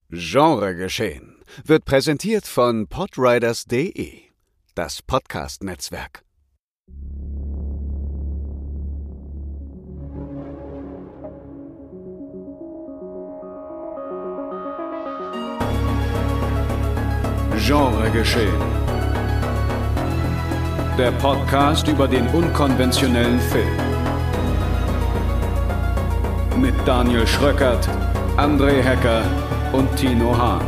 Genregeschehen wird präsentiert von podriders.de, das Podcast-Netzwerk. Genregeschehen. Der Podcast über den unkonventionellen Film. Mit Daniel Schröckert, André Hecker und Tino Hahn.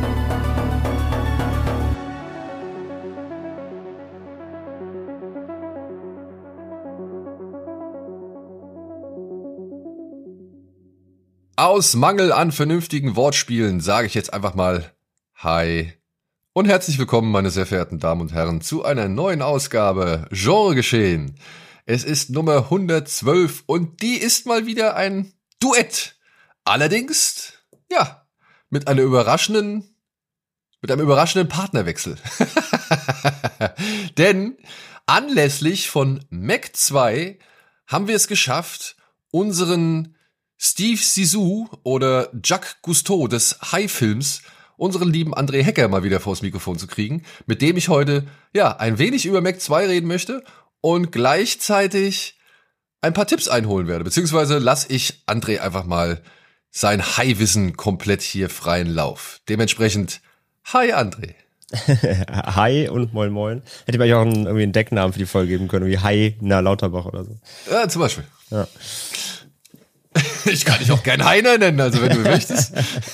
Aus Mangel an vernünftigen Wortspielen sage ich jetzt einfach mal Hi und herzlich willkommen, meine sehr verehrten Damen und Herren, zu einer neuen Ausgabe Genregeschehen. Es ist Nummer 112 und die ist mal wieder ein Duett. Allerdings, ja, mit einem überraschenden Partnerwechsel. Denn anlässlich von Meg 2 haben wir es geschafft, unseren Steve Zissou oder Jacques Cousteau des Hai-Films, unseren lieben André Hecker mal wieder vors Mikrofon zu kriegen, mit dem ich heute ja ein wenig über Meg 2 reden möchte und gleichzeitig ein paar Tipps einholen werde, beziehungsweise lasse ich André einfach mal sein Hai-Wissen komplett hier freien Lauf. Dementsprechend, hi André. Hi und moin moin. Hätte ich auch irgendwie einen Decknamen für die Folge geben können, wie Hi na Lauterbach oder so. Ja, zum Beispiel. Ja. Ich kann dich auch gern Heiner nennen, also wenn du möchtest.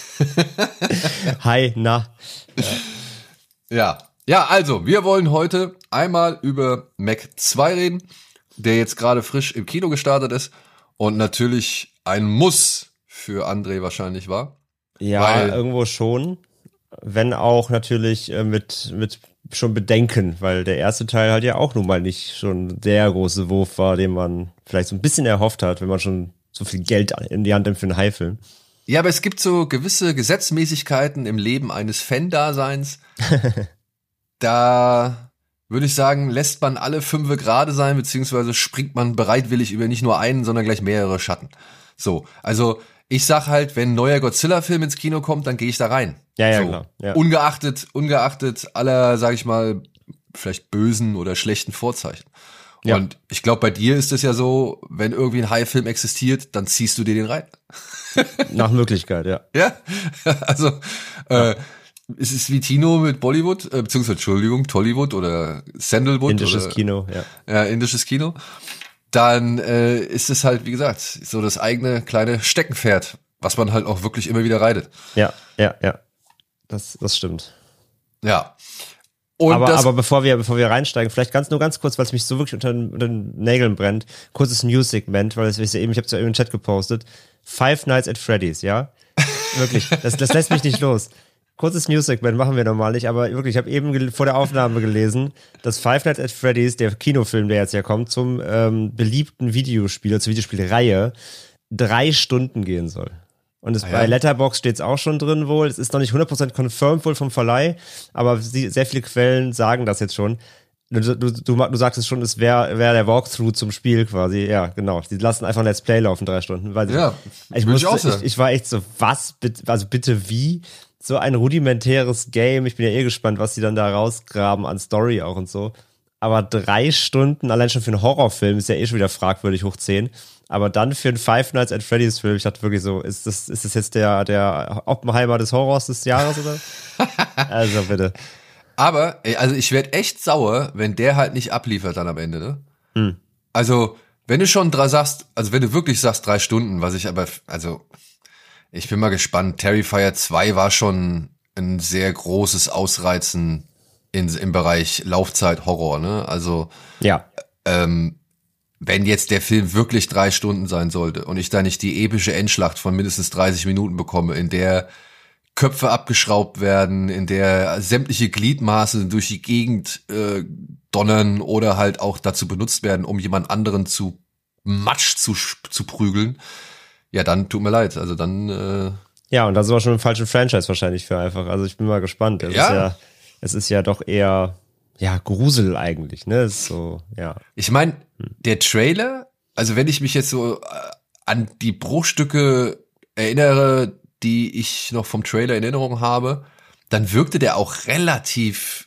Hi na. Ja, also, wir wollen heute einmal über Meg 2 reden, der jetzt gerade frisch im Kino gestartet ist und natürlich ein Muss für André wahrscheinlich war. Ja, weil, irgendwo schon. Wenn auch natürlich mit schon Bedenken, weil der erste Teil halt ja auch nun mal nicht schon der große Wurf war, den man vielleicht so ein bisschen erhofft hat, wenn man schon so viel Geld in die Hand nimmt für einen Hai-Film. Ja, aber es gibt so gewisse Gesetzmäßigkeiten im Leben eines Fan-Daseins. Da würde ich sagen, lässt man alle 5 gerade sein, beziehungsweise springt man bereitwillig über nicht nur einen, sondern gleich mehrere Schatten. So, also ich sag halt, wenn ein neuer Godzilla-Film ins Kino kommt, dann gehe ich da rein. Ja, so. klar. Ja. Ungeachtet aller, sag ich mal, vielleicht bösen oder schlechten Vorzeichen. Ja. Und ich glaube, bei dir ist es ja so, wenn irgendwie ein Hai-Film existiert, dann ziehst du dir den rein. Nach Möglichkeit, ja. Ja, also es ist wie Tino mit Bollywood, beziehungsweise, Entschuldigung, Tollywood oder Sandalwood. Indisches oder, Kino, ja. Ja, indisches Kino. Dann ist es halt, wie gesagt, so das eigene kleine Steckenpferd, was man halt auch wirklich immer wieder reitet. Ja. Das stimmt. Ja. Und aber bevor wir reinsteigen, vielleicht ganz kurz, weil es mich so wirklich unter den Nägeln brennt, kurzes News-Segment, weil ich habe es ja eben im Chat gepostet. Five Nights at Freddy's, ja? Wirklich, das lässt mich nicht los. Kurzes News-Segment machen wir normal nicht, aber wirklich, ich habe eben vor der Aufnahme gelesen, dass Five Nights at Freddy's, der Kinofilm, der jetzt ja kommt, zum beliebten Videospiel, zur Videospielreihe, 3 Stunden gehen soll. Und bei Letterboxd steht es auch schon drin wohl. Es ist noch nicht 100% confirmed wohl vom Verleih, aber sehr viele Quellen sagen das jetzt schon. Du sagst es schon, es wäre der Walkthrough zum Spiel quasi. Ja, genau. Die lassen einfach ein Let's Play laufen 3 Stunden. Weil ja, ich war echt so, was? Also bitte wie? So ein rudimentäres Game. Ich bin ja gespannt, was die dann da rausgraben an Story auch und so. Aber 3 Stunden, allein schon für einen Horrorfilm, ist ja schon wieder fragwürdig hoch 10. Aber dann für einen Five Nights at Freddy's Film, ich dachte wirklich so, ist das jetzt der Oppenheimer des Horrors des Jahres oder? Also bitte. Aber, also ich werde echt sauer, wenn der halt nicht abliefert dann am Ende, ne? Also, wenn du schon wenn du wirklich sagst 3 Stunden, ich bin mal gespannt. Terrifier 2 war schon ein sehr großes Ausreizen im Bereich Laufzeit Horror, ne? Also, ja. Wenn jetzt der Film wirklich 3 Stunden sein sollte und ich da nicht die epische Endschlacht von mindestens 30 Minuten bekomme, in der Köpfe abgeschraubt werden, in der sämtliche Gliedmaße durch die Gegend donnern oder halt auch dazu benutzt werden, um jemand anderen zu Matsch zu prügeln, ja, dann tut mir leid. Also dann ja, und das ist auch schon ein falscher Franchise wahrscheinlich für einfach. Also ich bin mal gespannt. Es ist ja doch eher Grusel eigentlich, ne? Ist so, ja. Ich meine, der Trailer, also wenn ich mich jetzt so an die Bruchstücke erinnere, die ich noch vom Trailer in Erinnerung habe, dann wirkte der auch relativ,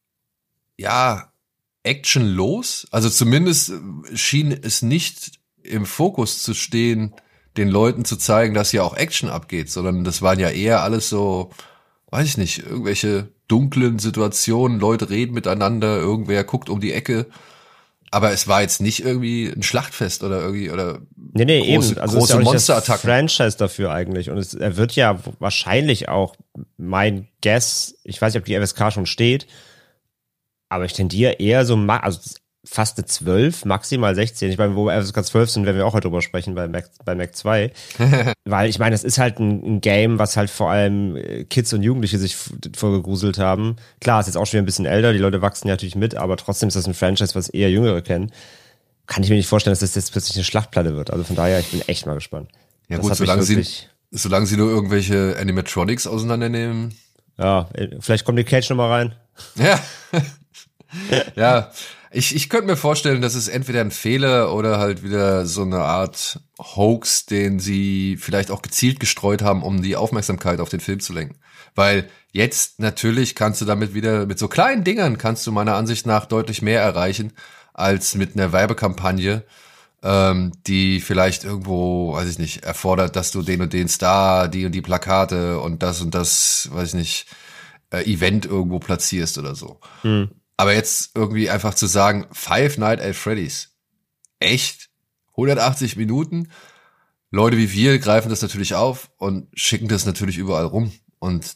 actionlos. Also zumindest schien es nicht im Fokus zu stehen, den Leuten zu zeigen, dass hier auch Action abgeht, sondern das waren ja eher alles so, weiß ich nicht, irgendwelche dunklen Situationen, Leute reden miteinander, irgendwer guckt um die Ecke. Aber es war jetzt nicht irgendwie ein Schlachtfest oder irgendwie Nee, große, eben. Also große ist ja auch Monsterattacken. nicht das Franchise dafür eigentlich. Und er wird ja wahrscheinlich auch, mein Guess, ich weiß nicht, ob die FSK schon steht, aber ich tendiere eher so, also fast eine 12, maximal 16. Ich meine, wo wir FSK 12 sind, werden wir auch heute drüber sprechen bei Mac 2. Weil ich meine, es ist halt ein Game, was halt vor allem Kids und Jugendliche sich vorgegruselt haben. Klar, ist jetzt auch schon ein bisschen älter, die Leute wachsen ja natürlich mit, aber trotzdem ist das ein Franchise, was eher Jüngere kennen. Kann ich mir nicht vorstellen, dass das jetzt plötzlich eine Schlachtplatte wird. Also von daher, ich bin echt mal gespannt. Ja Das gut, hat mich solange sie nur irgendwelche Animatronics auseinandernehmen. Ja, vielleicht kommt die Cage nochmal rein. Ja. Ja, ich könnte mir vorstellen, dass es entweder ein Fehler oder halt wieder so eine Art Hoax, den sie vielleicht auch gezielt gestreut haben, um die Aufmerksamkeit auf den Film zu lenken. Weil jetzt natürlich kannst du damit wieder, mit so kleinen Dingern kannst du meiner Ansicht nach deutlich mehr erreichen, als mit einer Werbekampagne, die vielleicht irgendwo, weiß ich nicht, erfordert, dass du den und den Star, die und die Plakate und das, weiß ich nicht, Event irgendwo platzierst oder so. Aber jetzt irgendwie einfach zu sagen, Five Nights at Freddy's, echt? 180 Minuten? Leute wie wir greifen das natürlich auf und schicken das natürlich überall rum. Und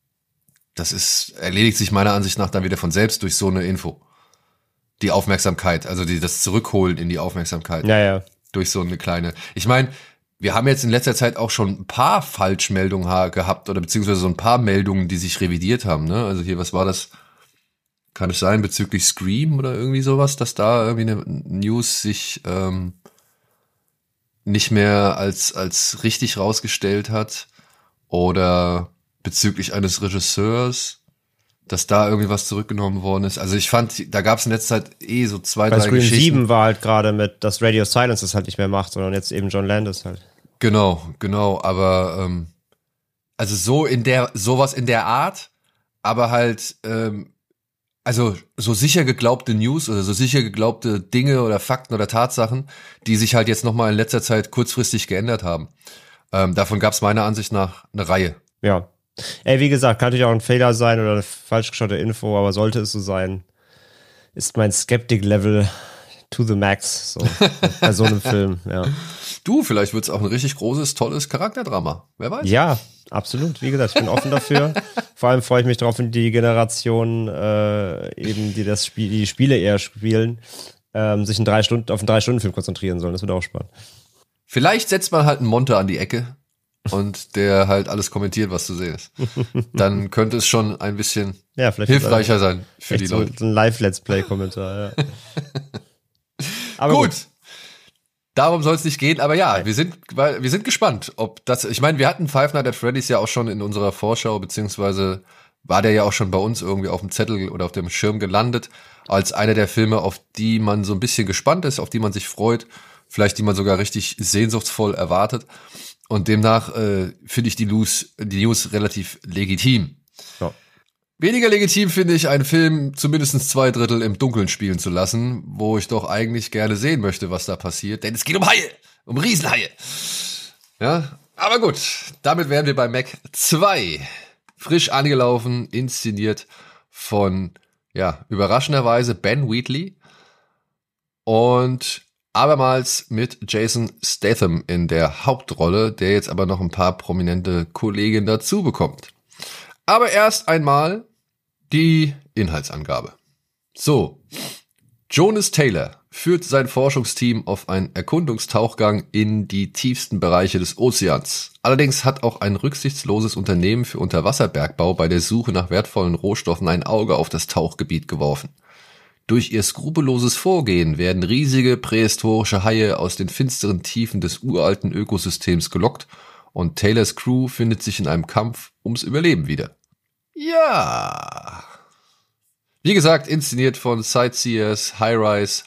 das erledigt sich meiner Ansicht nach dann wieder von selbst durch so eine Info. Die Aufmerksamkeit, also das Zurückholen in die Aufmerksamkeit. Ja. Durch so eine kleine. Ich meine, wir haben jetzt in letzter Zeit auch schon ein paar Falschmeldungen gehabt oder beziehungsweise so ein paar Meldungen, die sich revidiert haben, ne? Also hier, was war das? Kann es sein, bezüglich Scream oder irgendwie sowas, dass da irgendwie eine News sich nicht mehr als richtig rausgestellt hat? Oder bezüglich eines Regisseurs, dass da irgendwie was zurückgenommen worden ist? Also ich fand, da gab es in letzter Zeit so 2, 3 Scream Geschichten. 7 war halt gerade mit, dass Radio Silence das halt nicht mehr macht, sondern jetzt eben John Landis halt. Genau, aber also sowas in der Art, aber halt also so sicher geglaubte News oder so sicher geglaubte Dinge oder Fakten oder Tatsachen, die sich halt jetzt nochmal in letzter Zeit kurzfristig geändert haben. Davon gab es meiner Ansicht nach eine Reihe. Ja. Ey, wie gesagt, kann natürlich auch ein Fehler sein oder eine falsch geschaute Info, aber sollte es so sein, ist mein Skeptic-Level to the max, so bei so einem Film, ja. Du, vielleicht wird's auch ein richtig großes, tolles Charakterdrama. Wer weiß? Ja, absolut. Wie gesagt, ich bin offen dafür. Vor allem freue ich mich drauf, wenn die Generation eben, die Spiele eher spielen, sich auf einen 3-Stunden-Film konzentrieren sollen. Das wird auch spannend. Vielleicht setzt man halt einen Monte an die Ecke und der halt alles kommentiert, was zu sehen ist. Dann könnte es schon ein bisschen hilfreicher sein für die Leute. So ein Live-Let's Play-Kommentar, ja. Aber gut. Darum soll es nicht gehen, aber ja, wir sind gespannt, ob das, ich meine, wir hatten Five Nights at Freddy's ja auch schon in unserer Vorschau, beziehungsweise war der ja auch schon bei uns irgendwie auf dem Zettel oder auf dem Schirm gelandet, als einer der Filme, auf die man so ein bisschen gespannt ist, auf die man sich freut, vielleicht die man sogar richtig sehnsuchtsvoll erwartet. Und demnach finde ich die News relativ legitim. Ja. Weniger legitim finde ich, einen Film zumindest 2/3 im Dunkeln spielen zu lassen, wo ich doch eigentlich gerne sehen möchte, was da passiert. Denn es geht um Haie, um Riesenhaie. Ja, aber gut, damit wären wir bei Mac 2. Frisch angelaufen, inszeniert von, überraschenderweise Ben Wheatley. Und abermals mit Jason Statham in der Hauptrolle, der jetzt aber noch ein paar prominente Kollegen dazu bekommt. Aber erst einmal die Inhaltsangabe. So, Jonas Taylor führt sein Forschungsteam auf einen Erkundungstauchgang in die tiefsten Bereiche des Ozeans. Allerdings hat auch ein rücksichtsloses Unternehmen für Unterwasserbergbau bei der Suche nach wertvollen Rohstoffen ein Auge auf das Tauchgebiet geworfen. Durch ihr skrupelloses Vorgehen werden riesige prähistorische Haie aus den finsteren Tiefen des uralten Ökosystems gelockt und Taylors Crew findet sich in einem Kampf ums Überleben wieder. Ja. Wie gesagt, inszeniert von Sightseers, High Rise,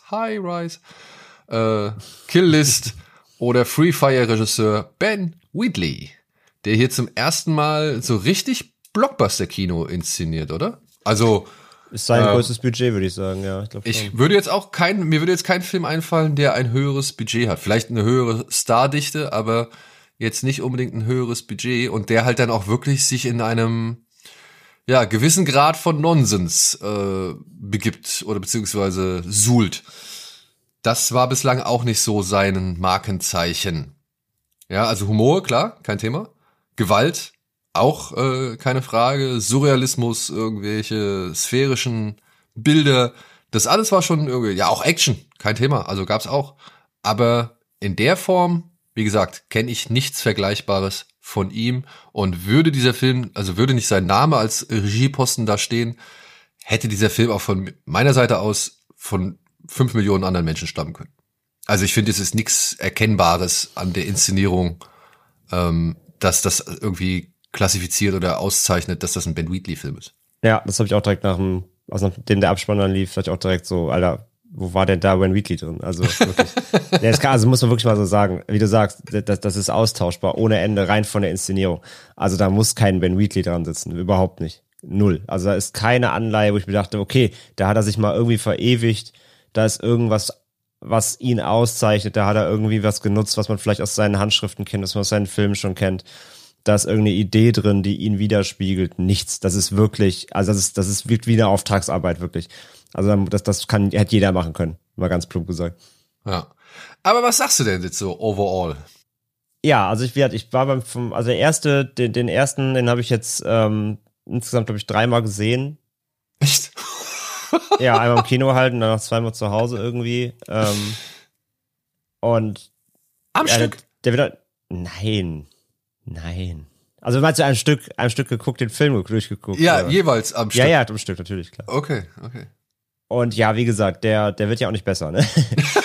Kill List oder Free Fire Regisseur Ben Wheatley. der hier zum ersten Mal so richtig Blockbuster-Kino inszeniert, oder? Also ist sein größtes Budget, würde ich sagen, ja. Mir würde jetzt kein Film einfallen, der ein höheres Budget hat. Vielleicht eine höhere Stardichte, aber jetzt nicht unbedingt ein höheres Budget und der halt dann auch wirklich sich in einem gewissen Grad von Nonsens begibt oder beziehungsweise suhlt. Das war bislang auch nicht so sein Markenzeichen. Ja, also Humor, klar, kein Thema. Gewalt, auch keine Frage. Surrealismus, irgendwelche sphärischen Bilder, das alles war schon irgendwie, auch Action, kein Thema, also gab's auch. Aber in der Form, wie gesagt, kenne ich nichts Vergleichbares von ihm und würde dieser Film, also würde nicht sein Name als Regieposten da stehen, hätte dieser Film auch von meiner Seite aus von 5 Millionen anderen Menschen stammen können. Also ich finde, es ist nichts Erkennbares an der Inszenierung, dass das irgendwie klassifiziert oder auszeichnet, dass das ein Ben Wheatley-Film ist. Ja, das habe ich auch direkt nachdem der Abspann dann lief, dachte ich auch direkt so, Alter, wo war denn da Ben Wheatley drin? Also wirklich. Also muss man wirklich mal so sagen, wie du sagst, das ist austauschbar, ohne Ende, rein von der Inszenierung. Also da muss kein Ben Wheatley dran sitzen, überhaupt nicht. Null. Also da ist keine Anleihe, wo ich mir dachte, okay, da hat er sich mal irgendwie verewigt, da ist irgendwas, was ihn auszeichnet, da hat er irgendwie was genutzt, was man vielleicht aus seinen Handschriften kennt, was man aus seinen Filmen schon kennt. Da ist irgendeine Idee drin, die ihn widerspiegelt. Nichts. Das ist wirklich, also das ist wie eine Auftragsarbeit, wirklich. Also das hätte jeder machen können, mal ganz plump gesagt. Ja. Aber was sagst du denn jetzt so overall? Ja, also ich war den ersten, den habe ich jetzt insgesamt, glaube ich, 3-mal gesehen. Echt? Ja, einmal im Kino halt und dann noch 2-mal zu Hause irgendwie. Und am Stück? Der wird Nein. Also meinst du ein Stück geguckt, den Film durchgeguckt? Ja, oder? Jeweils am Stück. Ja, am Stück, natürlich, klar. Okay. Und ja, wie gesagt, der wird ja auch nicht besser, ne?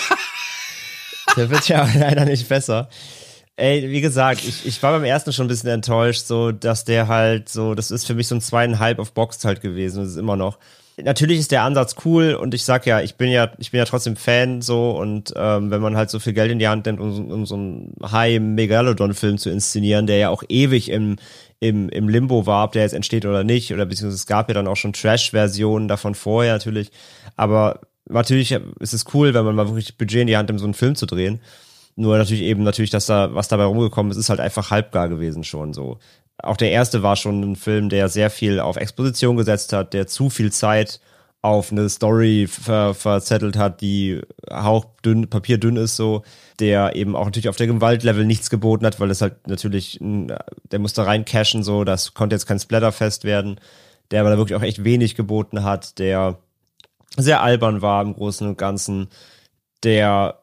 Der wird ja leider nicht besser. Ey, wie gesagt, ich war beim ersten schon ein bisschen enttäuscht, so, dass der halt so, das ist für mich so ein 2,5 auf Boxed halt gewesen, das ist immer noch. Natürlich ist der Ansatz cool und ich sag ja, ich bin ja trotzdem Fan so und wenn man halt so viel Geld in die Hand nimmt, um so einen High-Megalodon-Film zu inszenieren, der ja auch ewig im Limbo war, ob der jetzt entsteht oder nicht, oder beziehungsweise es gab ja dann auch schon Trash-Versionen davon vorher natürlich, aber natürlich ist es cool, wenn man mal wirklich Budget in die Hand nimmt, so einen Film zu drehen. Nur natürlich, dass da was dabei rumgekommen ist halt einfach halbgar gewesen schon so. Auch der erste war schon ein Film, der sehr viel auf Exposition gesetzt hat, der zu viel Zeit auf eine Story verzettelt hat, die hauchdünn, papierdünn ist so, der eben auch natürlich auf der Gewaltlevel nichts geboten hat, weil das halt natürlich, der musste rein cashen so, das konnte jetzt kein Splatterfest werden, der aber da wirklich auch echt wenig geboten hat, der sehr albern war im Großen und Ganzen, der,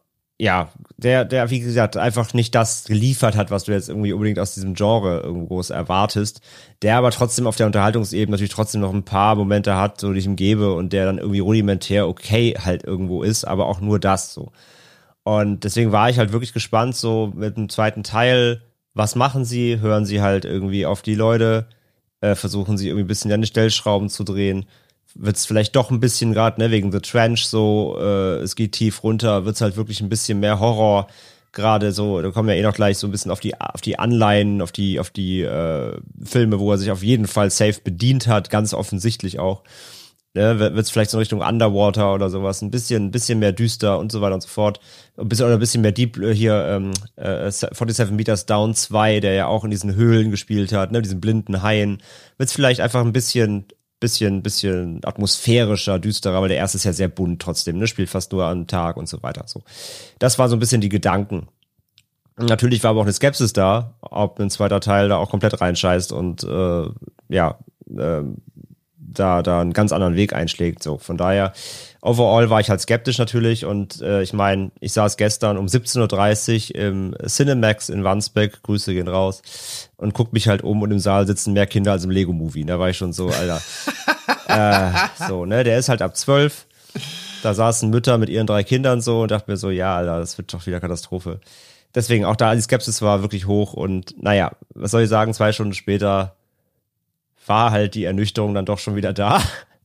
wie gesagt, einfach nicht das geliefert hat, was du jetzt irgendwie unbedingt aus diesem Genre irgendwo erwartest, der aber trotzdem auf der Unterhaltungsebene natürlich trotzdem noch ein paar Momente hat, so die ich ihm gebe und der dann irgendwie rudimentär okay halt irgendwo ist, aber auch nur das so. Und deswegen war ich halt wirklich gespannt, so mit dem zweiten Teil, was machen sie? Hören sie halt irgendwie auf die Leute, versuchen sie irgendwie ein bisschen an die Stellschrauben zu drehen, wird's vielleicht doch ein bisschen gerade, ne, wegen The Trench so, es geht tief runter, wird's halt wirklich ein bisschen mehr Horror, gerade so, da kommen wir noch gleich so ein bisschen auf die Anleihen, auf die Filme, wo er sich auf jeden Fall safe bedient hat, ganz offensichtlich auch. Ne, wird's vielleicht so in Richtung Underwater oder sowas, ein bisschen mehr düster und so weiter und so fort. Ein bisschen mehr Deep, hier 47 Meters Down 2, der ja auch in diesen Höhlen gespielt hat, ne, diesen blinden Haien. Wird's vielleicht einfach ein bisschen atmosphärischer, düsterer, weil der erste ist ja sehr bunt trotzdem, ne, spielt fast nur am Tag und so weiter, so. Das war so ein bisschen die Gedanken. Und natürlich war aber auch eine Skepsis da, ob ein zweiter Teil da auch komplett reinscheißt und, da einen ganz anderen Weg einschlägt, so. Von daher, overall war ich halt skeptisch natürlich und ich meine, ich saß gestern um 17:30 Uhr im Cinemax in Wandsbek, Grüße gehen raus, und guck mich halt um und im Saal sitzen mehr Kinder als im Lego-Movie. Da war ich schon so, Alter. So, ne, der ist halt ab 12. Da saßen Mütter mit ihren 3 Kindern so und dachte mir so, ja, Alter, das wird doch wieder Katastrophe. Deswegen, auch da, die Skepsis war wirklich hoch und naja, was soll ich sagen, 2 Stunden später war halt die Ernüchterung dann doch schon wieder da.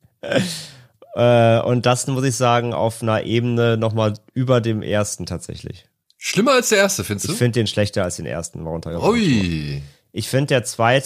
Und das, muss ich sagen, auf einer Ebene nochmal über dem ersten tatsächlich. Schlimmer als der erste, findest du? Ich finde den schlechter als den ersten. Ui. Ich finde der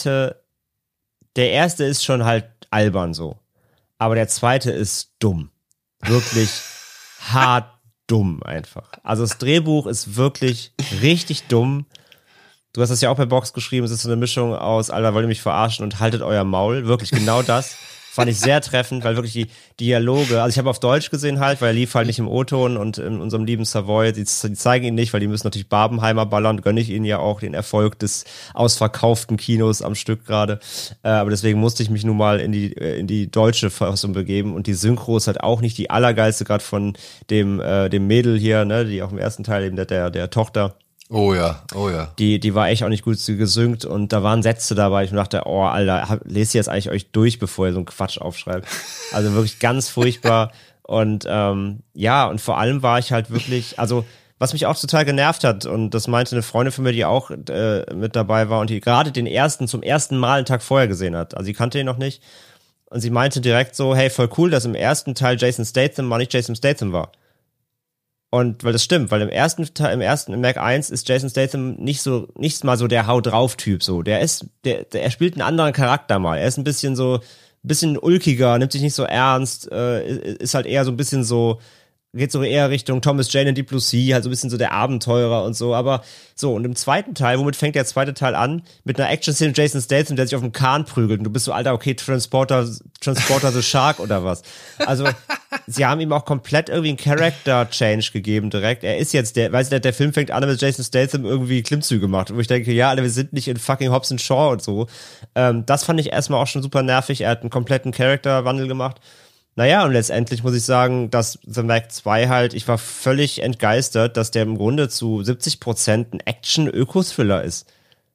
erste ist schon halt albern so. Aber der zweite ist dumm. Wirklich hart dumm einfach. Also das Drehbuch ist wirklich richtig dumm. Du hast das ja auch bei Box geschrieben, es ist so eine Mischung aus, Alter, wollt ihr mich verarschen und haltet euer Maul. Wirklich genau das. Fand ich sehr treffend, weil wirklich die Dialoge, also ich habe auf Deutsch gesehen halt, weil er lief halt nicht im O-Ton und in unserem lieben Savoy, die zeigen ihn nicht, weil die müssen natürlich Barbenheimer ballern, gönne ich ihnen ja auch den Erfolg des ausverkauften Kinos am Stück gerade. Aber deswegen musste ich mich nun mal in die deutsche Fassung begeben und die Synchro ist halt auch nicht die allergeilste, gerade von dem Mädel hier, ne, die auch im ersten Teil eben der Tochter. Oh ja. Die war echt auch nicht gut gesynkt und da waren Sätze dabei, ich dachte, oh Alter, lest ihr jetzt eigentlich euch durch, bevor ihr so einen Quatsch aufschreibt. Also wirklich ganz furchtbar und und vor allem war ich halt wirklich, also was mich auch total genervt hat und das meinte eine Freundin von mir, die auch mit dabei war und die gerade zum ersten Mal einen Tag vorher gesehen hat, also sie kannte ihn noch nicht und sie meinte direkt so, hey, voll cool, dass im ersten Teil Jason Statham mal nicht Jason Statham war. Und weil das stimmt, weil im Mac 1 ist Jason Statham nicht mal so der Hau drauf Typ so. Er spielt einen anderen Charakter mal. Er ist ein bisschen ulkiger, nimmt sich nicht so ernst, ist halt eher so ein bisschen so, geht so eher Richtung Thomas Jane in Deep Blue Sea, halt so ein bisschen so der Abenteurer und so, aber so, und im zweiten Teil, womit fängt der zweite Teil an? Mit einer Action-Szene Jason Statham, der sich auf dem Kahn prügelt und du bist so, Alter, okay, Transporter the Shark oder was? Also, sie haben ihm auch komplett irgendwie einen Character-Change gegeben direkt. Er ist jetzt der Film fängt an mit Jason Statham irgendwie Klimmzüge macht, wo ich denke, ja, Alter, wir sind nicht in fucking Hobbs and Shaw und so. Das fand ich erstmal auch schon super nervig. Er hat einen kompletten Charakterwandel gemacht. Naja, und letztendlich muss ich sagen, dass The Mac 2 halt, ich war völlig entgeistert, dass der im Grunde zu 70% ein Action-Öko-Thriller ist.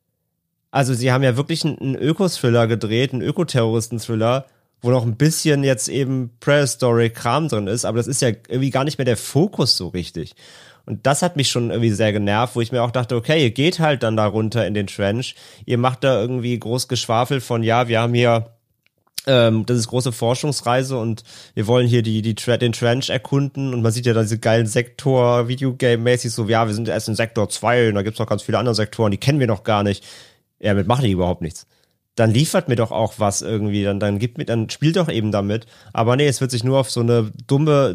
Also sie haben ja wirklich einen Öko-Thriller gedreht, einen Ökoterroristen-Thriller, wo noch ein bisschen jetzt eben Prehistory-Kram drin ist, aber das ist ja irgendwie gar nicht mehr der Fokus so richtig. Und das hat mich schon irgendwie sehr genervt, wo ich mir auch dachte, okay, ihr geht halt dann da runter in den Trench, ihr macht da irgendwie groß Geschwafel von, ja, wir haben hier das ist große Forschungsreise und wir wollen hier den Trench erkunden und man sieht ja da diese geilen Sektor, Videogame-mäßig so, ja, wir sind erst in Sektor 2 und da gibt's noch ganz viele andere Sektoren, die kennen wir noch gar nicht. Ja, damit machen die überhaupt nichts. Dann liefert mir doch auch was irgendwie, dann spielt doch eben damit. Aber nee, es wird sich nur auf so eine dumme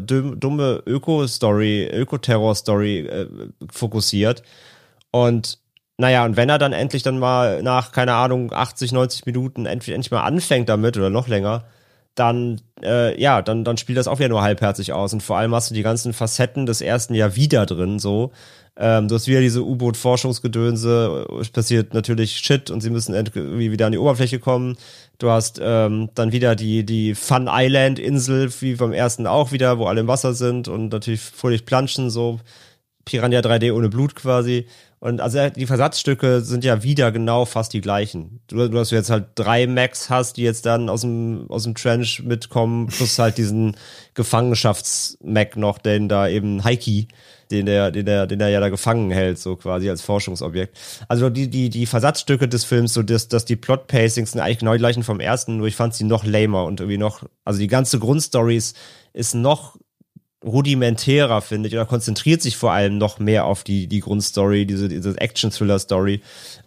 Öko-Story, Öko-Terror-Story fokussiert. Und naja, und wenn er dann endlich dann mal nach, keine Ahnung, 80, 90 Minuten endlich mal anfängt damit oder noch länger, dann spielt das auch wieder nur halbherzig aus. Und vor allem hast du die ganzen Facetten des ersten Jahr wieder drin, so. Du hast wieder diese U-Boot-Forschungsgedönse, es passiert natürlich Shit und sie müssen irgendwie wieder an die Oberfläche kommen. Du hast dann wieder die Fun Island-Insel, wie beim ersten auch wieder, wo alle im Wasser sind und natürlich fröhlich planschen, so Piranha 3D ohne Blut quasi. Und also die Versatzstücke sind ja wieder genau fast die gleichen. Du hast jetzt halt 3 Macs hast, die jetzt dann aus dem Trench mitkommen, plus halt diesen Gefangenschafts-Mac noch, den da eben Heiki, den der ja da gefangen hält, so quasi als Forschungsobjekt. Also die Versatzstücke des Films, so dass die Plot-Pacings sind eigentlich genau die gleichen vom ersten, nur ich fand sie noch lamer und irgendwie noch, also die ganze Grundstory ist noch rudimentärer, finde ich, oder konzentriert sich vor allem noch mehr auf die Grundstory, diese Action-Thriller-Story,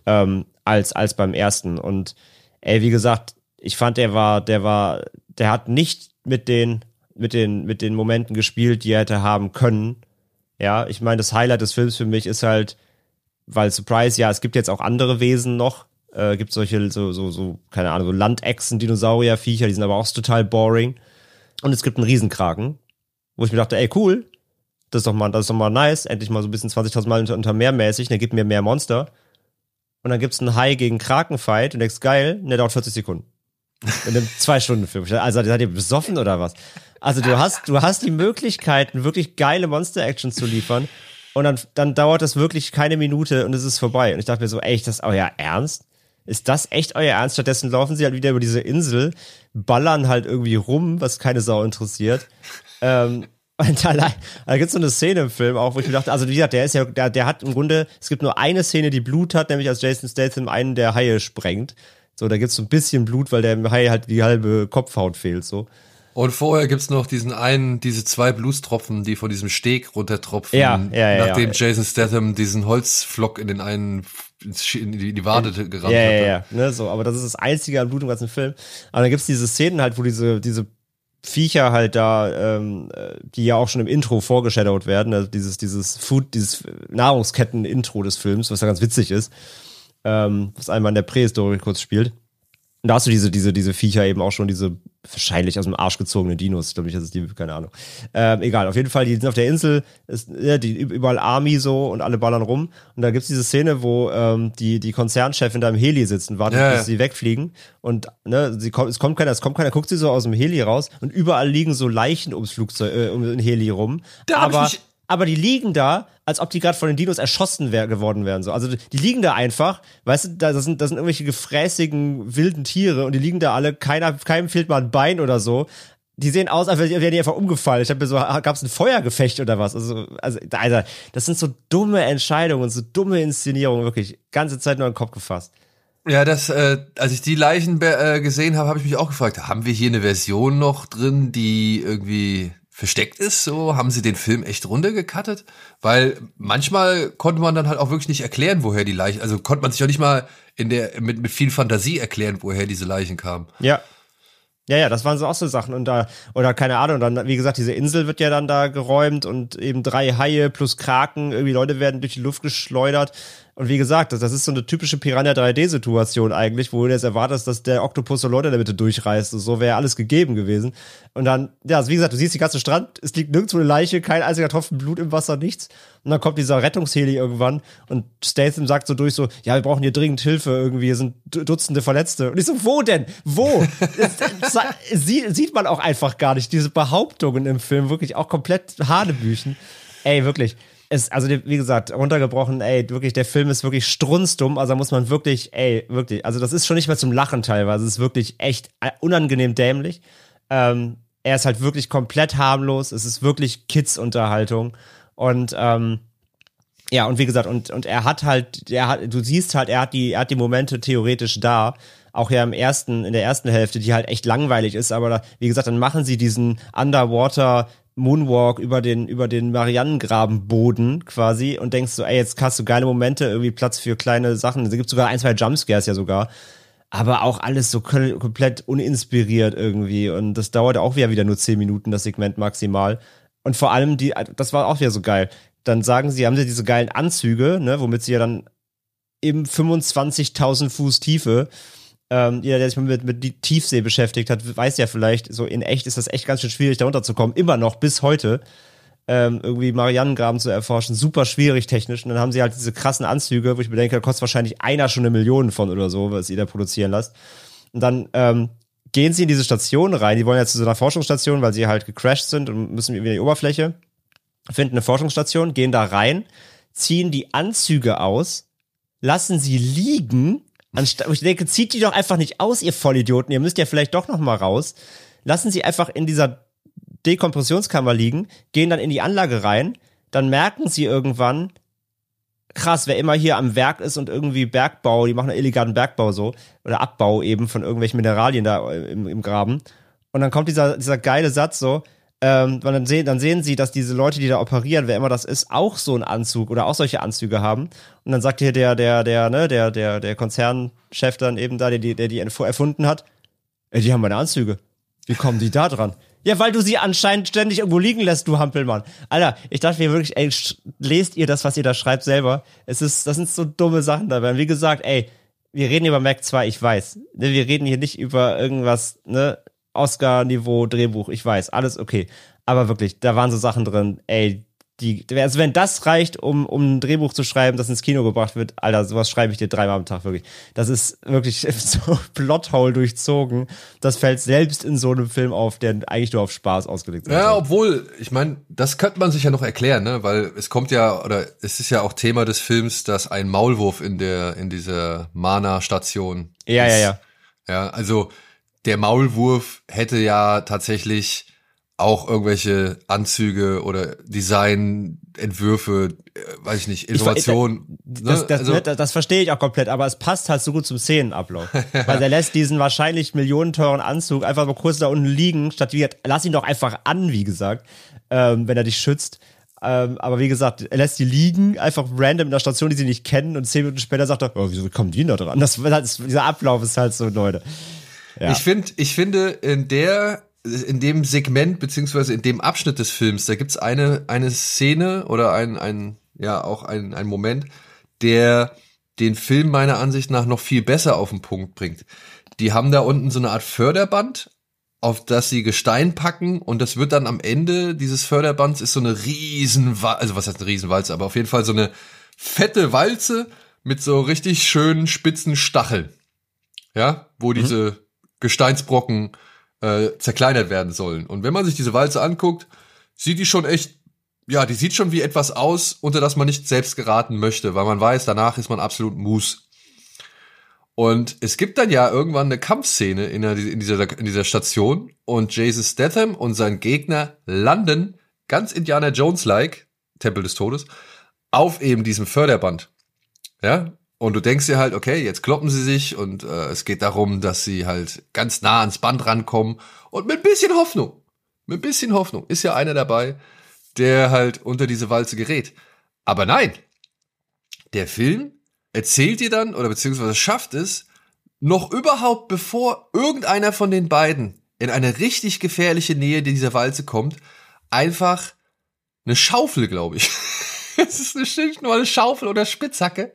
als beim ersten. Und wie gesagt, ich fand, der hat nicht mit den Momenten gespielt, die er hätte haben können. Ja, ich meine, das Highlight des Films für mich ist halt, weil Surprise, ja, es gibt jetzt auch andere Wesen noch, gibt solche, so, keine Ahnung, so Landechsen, Dinosaurierviecher, die sind aber auch total boring. Und es gibt einen Riesenkraken, wo ich mir dachte, ey, cool, das ist doch mal nice, endlich mal so ein bisschen 20.000 Mal unter Meermäßig, dann gibt mir mehr Monster. Und dann gibt's einen Hai gegen Krakenfight und denkst, geil, und der dauert 40 Sekunden. In einem 2-Stunden-Film. Also, seid ihr besoffen oder was? Also, du hast die Möglichkeit, wirklich geile Monster-Action zu liefern und dann dauert das wirklich keine Minute und es ist vorbei. Und ich dachte mir so, ey, ist das euer Ernst? Ist das echt euer Ernst? Stattdessen laufen sie halt wieder über diese Insel, ballern halt irgendwie rum, was keine Sau interessiert. Und da gibt's so eine Szene im Film auch, wo ich mir dachte, also wie gesagt, der hat im Grunde, es gibt nur eine Szene, die Blut hat, nämlich als Jason Statham einen der Haie sprengt. So, da gibt's so ein bisschen Blut, weil der Hai halt die halbe Kopfhaut fehlt, so. Und vorher gibt's noch diese 2 Blutstropfen, die von diesem Steg runtertropfen, nachdem Jason Statham diesen Holzflock in den einen in die Wade gerannt ja, hat. Ja, ne, so, aber das ist das Einzige an Blut im ganzen Film. Aber dann gibt's diese Szenen halt, wo diese Viecher halt da, die ja auch schon im Intro vorgeshadowt werden, also dieses Nahrungsketten-Intro des Films, was ja ganz witzig ist, was einmal in der Prähistorie kurz spielt. Und da hast du diese Viecher eben auch schon, diese wahrscheinlich aus dem Arsch gezogene Dinos, glaube ich, das ist die, keine Ahnung. Egal, auf jeden Fall, die sind auf der Insel, die überall Army so und alle ballern rum. Und da gibt's diese Szene, wo die Konzernchefin da im Heli sitzt und wartet, bis sie wegfliegen. Und ne, es kommt keiner, guckt sie so aus dem Heli raus und überall liegen so Leichen ums Flugzeug, um den Heli rum. Aber die liegen da, als ob die gerade von den Dinos erschossen geworden wären. So. Also die liegen da einfach, weißt du, das sind irgendwelche gefräßigen, wilden Tiere und die liegen da alle, keinem fehlt mal ein Bein oder so. Die sehen aus, als wären die einfach umgefallen. Ich habe mir so, gab's ein Feuergefecht oder was? Also, das sind so dumme Entscheidungen, so dumme Inszenierungen, wirklich. Ganze Zeit nur in den Kopf gefasst. Ja, als ich die Leichen gesehen habe ich mich auch gefragt, haben wir hier eine Version noch drin, die irgendwie versteckt ist, so, haben sie den Film echt runtergecuttet? Weil manchmal konnte man dann halt auch wirklich nicht erklären, woher die Leichen, also konnte man sich auch nicht mal mit viel Fantasie erklären, woher diese Leichen kamen. Ja. Ja, das waren so auch so Sachen und oder keine Ahnung, dann, wie gesagt, diese Insel wird ja dann da geräumt und eben 3 Haie plus Kraken, irgendwie Leute werden durch die Luft geschleudert. Und wie gesagt, das ist so eine typische Piranha 3D-Situation eigentlich, wo du jetzt erwartest, dass der Oktopus so Leute in der Mitte durchreißt. Und so wäre alles gegeben gewesen. Und dann, ja, also wie gesagt, du siehst den ganzen Strand, es liegt nirgendwo eine Leiche, kein einziger Tropfen Blut im Wasser, nichts. Und dann kommt dieser Rettungsheli irgendwann und Statham sagt so durch so, ja, wir brauchen hier dringend Hilfe irgendwie, hier sind Dutzende Verletzte. Und ich so, wo denn? Wo? Sieht man auch einfach gar nicht. Diese Behauptungen im Film, wirklich auch komplett Hanebüchen. Ey, wirklich. Also wie gesagt, runtergebrochen, wirklich, der Film ist wirklich strunzdumm, also da muss man wirklich, also das ist schon nicht mehr zum Lachen teilweise, es ist wirklich echt unangenehm dämlich. Er ist halt wirklich komplett harmlos, es ist wirklich Kids-Unterhaltung und und wie gesagt, und er hat du siehst halt, er hat die Momente theoretisch da, auch ja in der ersten Hälfte, die halt echt langweilig ist, aber wie gesagt, dann machen sie diesen Underwater Moonwalk über den Marianengrabenboden quasi und denkst so, jetzt hast du geile Momente, irgendwie Platz für kleine Sachen. Es gibt sogar 1, 2 Jumpscares ja sogar. Aber auch alles so komplett uninspiriert irgendwie. Und das dauerte auch wieder nur 10 Minuten, das Segment maximal. Und vor allem, das war auch wieder so geil. Dann haben sie diese geilen Anzüge, ne, womit sie ja dann eben 25.000 Fuß Tiefe. Jeder, der sich mit Tiefsee beschäftigt hat, weiß ja vielleicht, so in echt ist das echt ganz schön schwierig, da runterzukommen. Immer noch, bis heute. Irgendwie Marianengraben zu erforschen. Super schwierig technisch. Und dann haben sie halt diese krassen Anzüge, wo ich mir denke, da kostet wahrscheinlich einer schon 1 Million von oder so, was ihr da produzieren lasst. Und dann gehen sie in diese Station rein. Die wollen ja zu so einer Forschungsstation, weil sie halt gecrashed sind und müssen wieder in die Oberfläche. Finden eine Forschungsstation, gehen da rein, ziehen die Anzüge aus, lassen sie liegen. Ich denke, zieht die doch einfach nicht aus, ihr Vollidioten. Ihr müsst ja vielleicht doch noch mal raus. Lassen sie einfach in dieser Dekompressionskammer liegen, gehen dann in die Anlage rein. Dann merken sie irgendwann, krass, wer immer hier am Werk ist und irgendwie Bergbau, die machen einen illegalen Bergbau so, oder Abbau eben von irgendwelchen Mineralien da im Graben. Und dann kommt dieser geile Satz so, weil dann sehen sie, dass diese Leute, die da operieren, wer immer das ist, auch so einen Anzug oder auch solche Anzüge haben. Und dann sagt hier der Konzernchef dann eben da, der die erfunden hat, die haben meine Anzüge. Wie kommen die da dran? Ja, weil du sie anscheinend ständig irgendwo liegen lässt, du Hampelmann. Alter, ich dachte mir wirklich, lest ihr das, was ihr da schreibt, selber? Das sind so dumme Sachen dabei. Und wie gesagt, wir reden über Mac 2, ich weiß. Wir reden hier nicht über irgendwas, ne, Oscar-Niveau Drehbuch, ich weiß, alles okay. Aber wirklich, da waren so Sachen drin, also wenn das reicht, um ein Drehbuch zu schreiben, das ins Kino gebracht wird, Alter, sowas schreibe ich dir 3-mal am Tag, wirklich. Das ist wirklich so Plothole durchzogen. Das fällt selbst in so einem Film auf, der eigentlich nur auf Spaß ausgelegt ist. Ja, obwohl, ich meine, das könnte man sich ja noch erklären, ne, weil es ist ja auch Thema des Films, dass ein Maulwurf in dieser Mana-Station ist. Ja. Ja, also der Maulwurf hätte ja tatsächlich auch irgendwelche Anzüge oder Designentwürfe, weiß ich nicht, Informationen. Das verstehe ich auch komplett, aber es passt halt so gut zum Szenenablauf. Weil der lässt diesen wahrscheinlich millionenteuren Anzug einfach mal kurz da unten liegen, statt lass ihn doch einfach an, wie gesagt, wenn er dich schützt. Aber wie gesagt, er lässt die liegen, einfach random in der Station, die sie nicht kennen, und 10 Minuten später sagt er, oh, wieso kommen die noch dran? Dieser Ablauf ist halt so, Leute. Ja. Ich finde, in dem Segment, beziehungsweise in dem Abschnitt des Films, da gibt's eine Szene oder ein Moment, der den Film meiner Ansicht nach noch viel besser auf den Punkt bringt. Die haben da unten so eine Art Förderband, auf das sie Gestein packen, und das wird dann am Ende dieses Förderbands ist so eine also was heißt eine Riesenwalze, aber auf jeden Fall so eine fette Walze mit so richtig schönen spitzen Stacheln. Ja, wo diese Gesteinsbrocken zerkleinert werden sollen. Und wenn man sich diese Walze anguckt, sieht die schon echt, ja, die sieht schon wie etwas aus, unter das man nicht selbst geraten möchte, weil man weiß, danach ist man absolut Mus. Und es gibt dann ja irgendwann eine Kampfszene in dieser Station, und Jason Statham und sein Gegner landen, ganz Indiana Jones-like, Tempel des Todes, auf eben diesem Förderband. Ja? Und du denkst dir halt, okay, jetzt kloppen sie sich, und es geht darum, dass sie halt ganz nah ans Band rankommen, und mit ein bisschen Hoffnung ist ja einer dabei, der halt unter diese Walze gerät. Aber nein, der Film erzählt dir dann, oder beziehungsweise schafft es, noch überhaupt bevor irgendeiner von den beiden in eine richtig gefährliche Nähe dieser Walze kommt, einfach eine Schaufel, glaube ich. Es ist nicht nur eine Schaufel oder Spitzhacke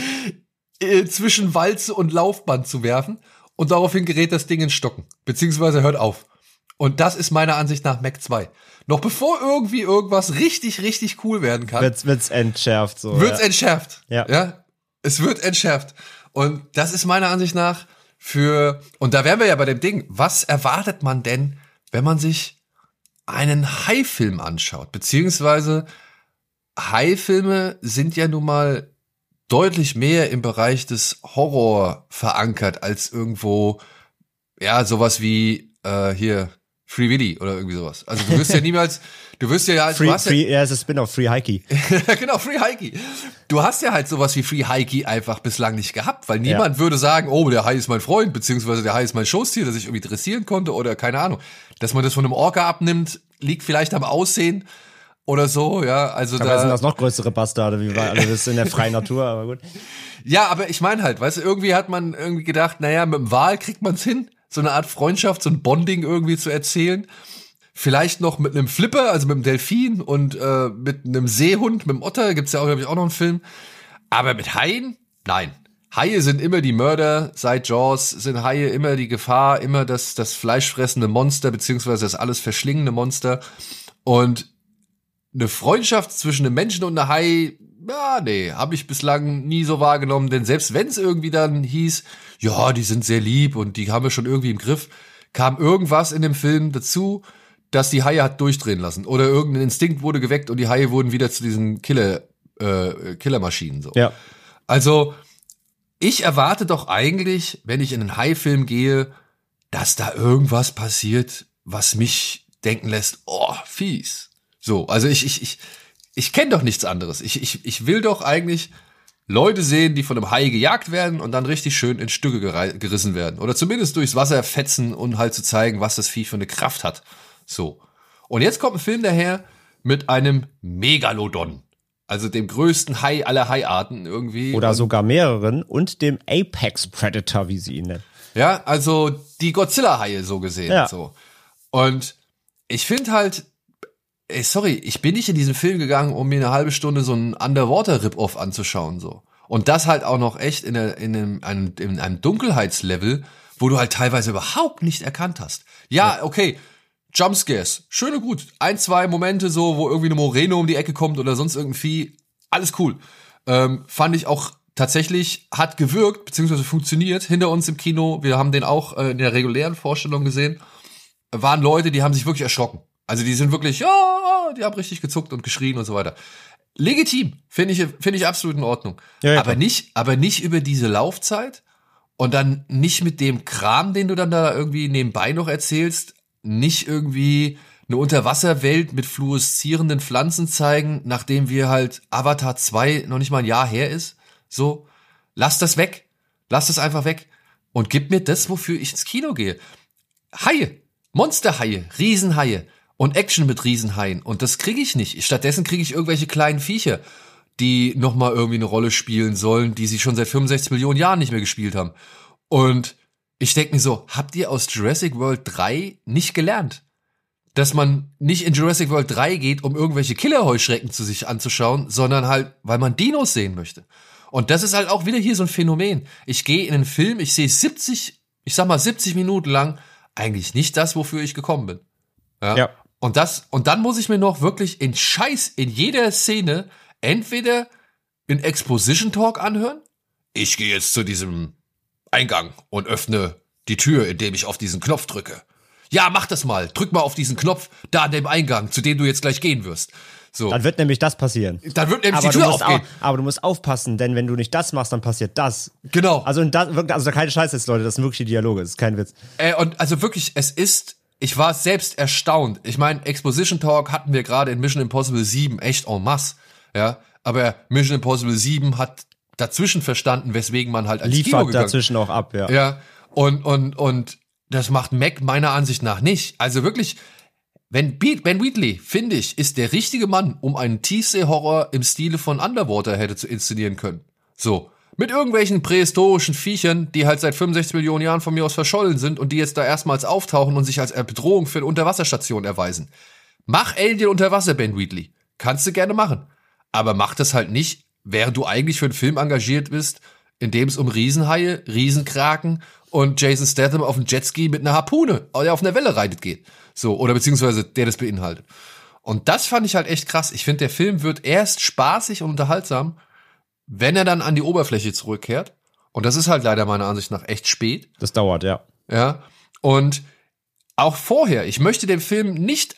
zwischen Walze und Laufband zu werfen, und daraufhin gerät das Ding in Stocken, beziehungsweise hört auf. Und das ist meiner Ansicht nach Mac 2. Noch bevor irgendwie irgendwas richtig, richtig cool werden kann. Wird's entschärft, so. Entschärft. Ja. Es wird entschärft. Und das ist meiner Ansicht nach und da wären wir ja bei dem Ding, was erwartet man denn, wenn man sich einen Hai-Film anschaut? Beziehungsweise Hai-Filme sind ja nun mal deutlich mehr im Bereich des Horror verankert als irgendwo, ja, sowas wie hier Free Willy oder irgendwie sowas. Also du wirst ja niemals, es ist ein Spin-off, Free Hikey. Genau, Free Hikey. Du hast ja halt sowas wie Free Hikey einfach bislang nicht gehabt, weil niemand würde sagen, oh, der Hai ist mein Freund, beziehungsweise der Hai ist mein Schoßtier, das ich irgendwie dressieren konnte, oder keine Ahnung. Dass man das von einem Orca abnimmt, liegt vielleicht am Aussehen oder so, ja. Also aber sind das noch größere Bastarde, wie wir alle wissen, in der freien Natur, aber gut. Ja, aber ich meine halt, weißt du, irgendwie hat man irgendwie gedacht, naja, mit dem Wal kriegt man's hin, so eine Art Freundschaft, so ein Bonding irgendwie zu erzählen. Vielleicht noch mit einem Flipper, also mit einem Delfin, und mit einem Seehund, mit einem Otter, gibt's ja auch, glaube ich, auch noch einen Film. Aber mit Haien? Nein. Haie sind immer die Mörder, seit Jaws sind Haie immer die Gefahr, immer das fleischfressende Monster, beziehungsweise das alles verschlingende Monster. Und eine Freundschaft zwischen einem Menschen und einer Hai, ja, nee, habe ich bislang nie so wahrgenommen, denn selbst wenn es irgendwie dann hieß, ja, die sind sehr lieb und die haben wir schon irgendwie im Griff, kam irgendwas in dem Film dazu, dass die Haie hat durchdrehen lassen, oder irgendein Instinkt wurde geweckt und die Haie wurden wieder zu diesen Killermaschinen, so. Ja. Also, ich erwarte doch eigentlich, wenn ich in einen Hai-Film gehe, dass da irgendwas passiert, was mich denken lässt, oh, fies. So, also ich kenne doch nichts anderes. Ich will doch eigentlich Leute sehen, die von einem Hai gejagt werden und dann richtig schön in Stücke gerissen werden. Oder zumindest durchs Wasser fetzen, und halt zu zeigen, was das Vieh für eine Kraft hat. So. Und jetzt kommt ein Film daher mit einem Megalodon. Also dem größten Hai aller Haiarten irgendwie. Oder sogar mehreren, und dem Apex Predator, wie sie ihn nennen. Ja, also die Godzilla-Haie so gesehen. Ja. So. Und ich finde halt, ich bin nicht in diesen Film gegangen, um mir eine halbe Stunde so einen Underwater-Rip-Off anzuschauen, so. Und das halt auch noch echt in einem Dunkelheitslevel, wo du halt teilweise überhaupt nicht erkannt hast. Ja, okay, Jumpscares, schön und gut. 1, 2 Momente so, wo irgendwie eine Moreno um die Ecke kommt oder sonst irgendein Vieh, alles cool. Fand ich auch tatsächlich, hat gewirkt, beziehungsweise funktioniert hinter uns im Kino. Wir haben den auch in der regulären Vorstellung gesehen. Waren Leute, die haben sich wirklich erschrocken. Also die sind wirklich, ja, die haben richtig gezuckt und geschrien und so weiter. Legitim, finde ich absolut in Ordnung. Ja, aber nicht über diese Laufzeit und dann nicht mit dem Kram, den du dann da irgendwie nebenbei noch erzählst, nicht irgendwie eine Unterwasserwelt mit fluoreszierenden Pflanzen zeigen, nachdem wir halt Avatar 2 noch nicht mal ein Jahr her ist. So, lass das weg. Lass das einfach weg. Und gib mir das, wofür ich ins Kino gehe. Haie, Monsterhaie, Riesenhaie. und Action mit Riesenhaien. Und das kriege ich nicht. Stattdessen kriege ich irgendwelche kleinen Viecher, die nochmal irgendwie eine Rolle spielen sollen, die sie schon seit 65 Millionen Jahren nicht mehr gespielt haben. Und ich denke mir so, habt ihr aus Jurassic World 3 nicht gelernt? Dass man nicht in Jurassic World 3 geht, um irgendwelche Killerheuschrecken zu sich anzuschauen, sondern halt, weil man Dinos sehen möchte. Und das ist halt auch wieder hier so ein Phänomen. Ich gehe in einen Film, ich sehe 70 Minuten lang eigentlich nicht das, wofür ich gekommen bin. Ja. Und dann muss ich mir noch wirklich in jeder Szene entweder einen Exposition Talk anhören. Ich gehe jetzt zu diesem Eingang und öffne die Tür, indem ich auf diesen Knopf drücke. Ja, mach das mal. Drück mal auf diesen Knopf da an dem Eingang, zu dem du jetzt gleich gehen wirst. So. Dann wird nämlich das passieren. Dann wird nämlich die Tür aufgehen. Aber du musst aufpassen, denn wenn du nicht das machst, dann passiert das. Genau. Also keine Scheiße jetzt, Leute, das sind wirklich die Dialoge, das ist kein Witz. Und also wirklich, ich war selbst erstaunt. Ich meine, Exposition Talk hatten wir gerade in Mission Impossible 7 echt en masse. Ja, aber Mission Impossible 7 hat dazwischen verstanden, weswegen man halt als Kino gegangen ist. Liefert dazwischen auch ab, ja. Ja, und das macht Mac meiner Ansicht nach nicht. Also wirklich, Ben Wheatley, finde ich, ist der richtige Mann, um einen Tiefsee-Horror im Stile von Underwater hätte zu inszenieren können. So, mit irgendwelchen prähistorischen Viechern, die halt seit 65 Millionen Jahren von mir aus verschollen sind und die jetzt da erstmals auftauchen und sich als Bedrohung für eine Unterwasserstation erweisen. Mach Alien unter Wasser, Ben Wheatley. Kannst du gerne machen. Aber mach das halt nicht, während du eigentlich für einen Film engagiert bist, in dem es um Riesenhaie, Riesenkraken und Jason Statham auf dem Jetski mit einer Harpune, der auf einer Welle reitet geht. So, oder beziehungsweise der das beinhaltet. Und das fand ich halt echt krass. Ich finde, der Film wird erst spaßig und unterhaltsam, wenn er dann an die Oberfläche zurückkehrt. Und das ist halt leider meiner Ansicht nach echt spät. Das dauert, ja. Ja. Und auch vorher, ich möchte dem Film nicht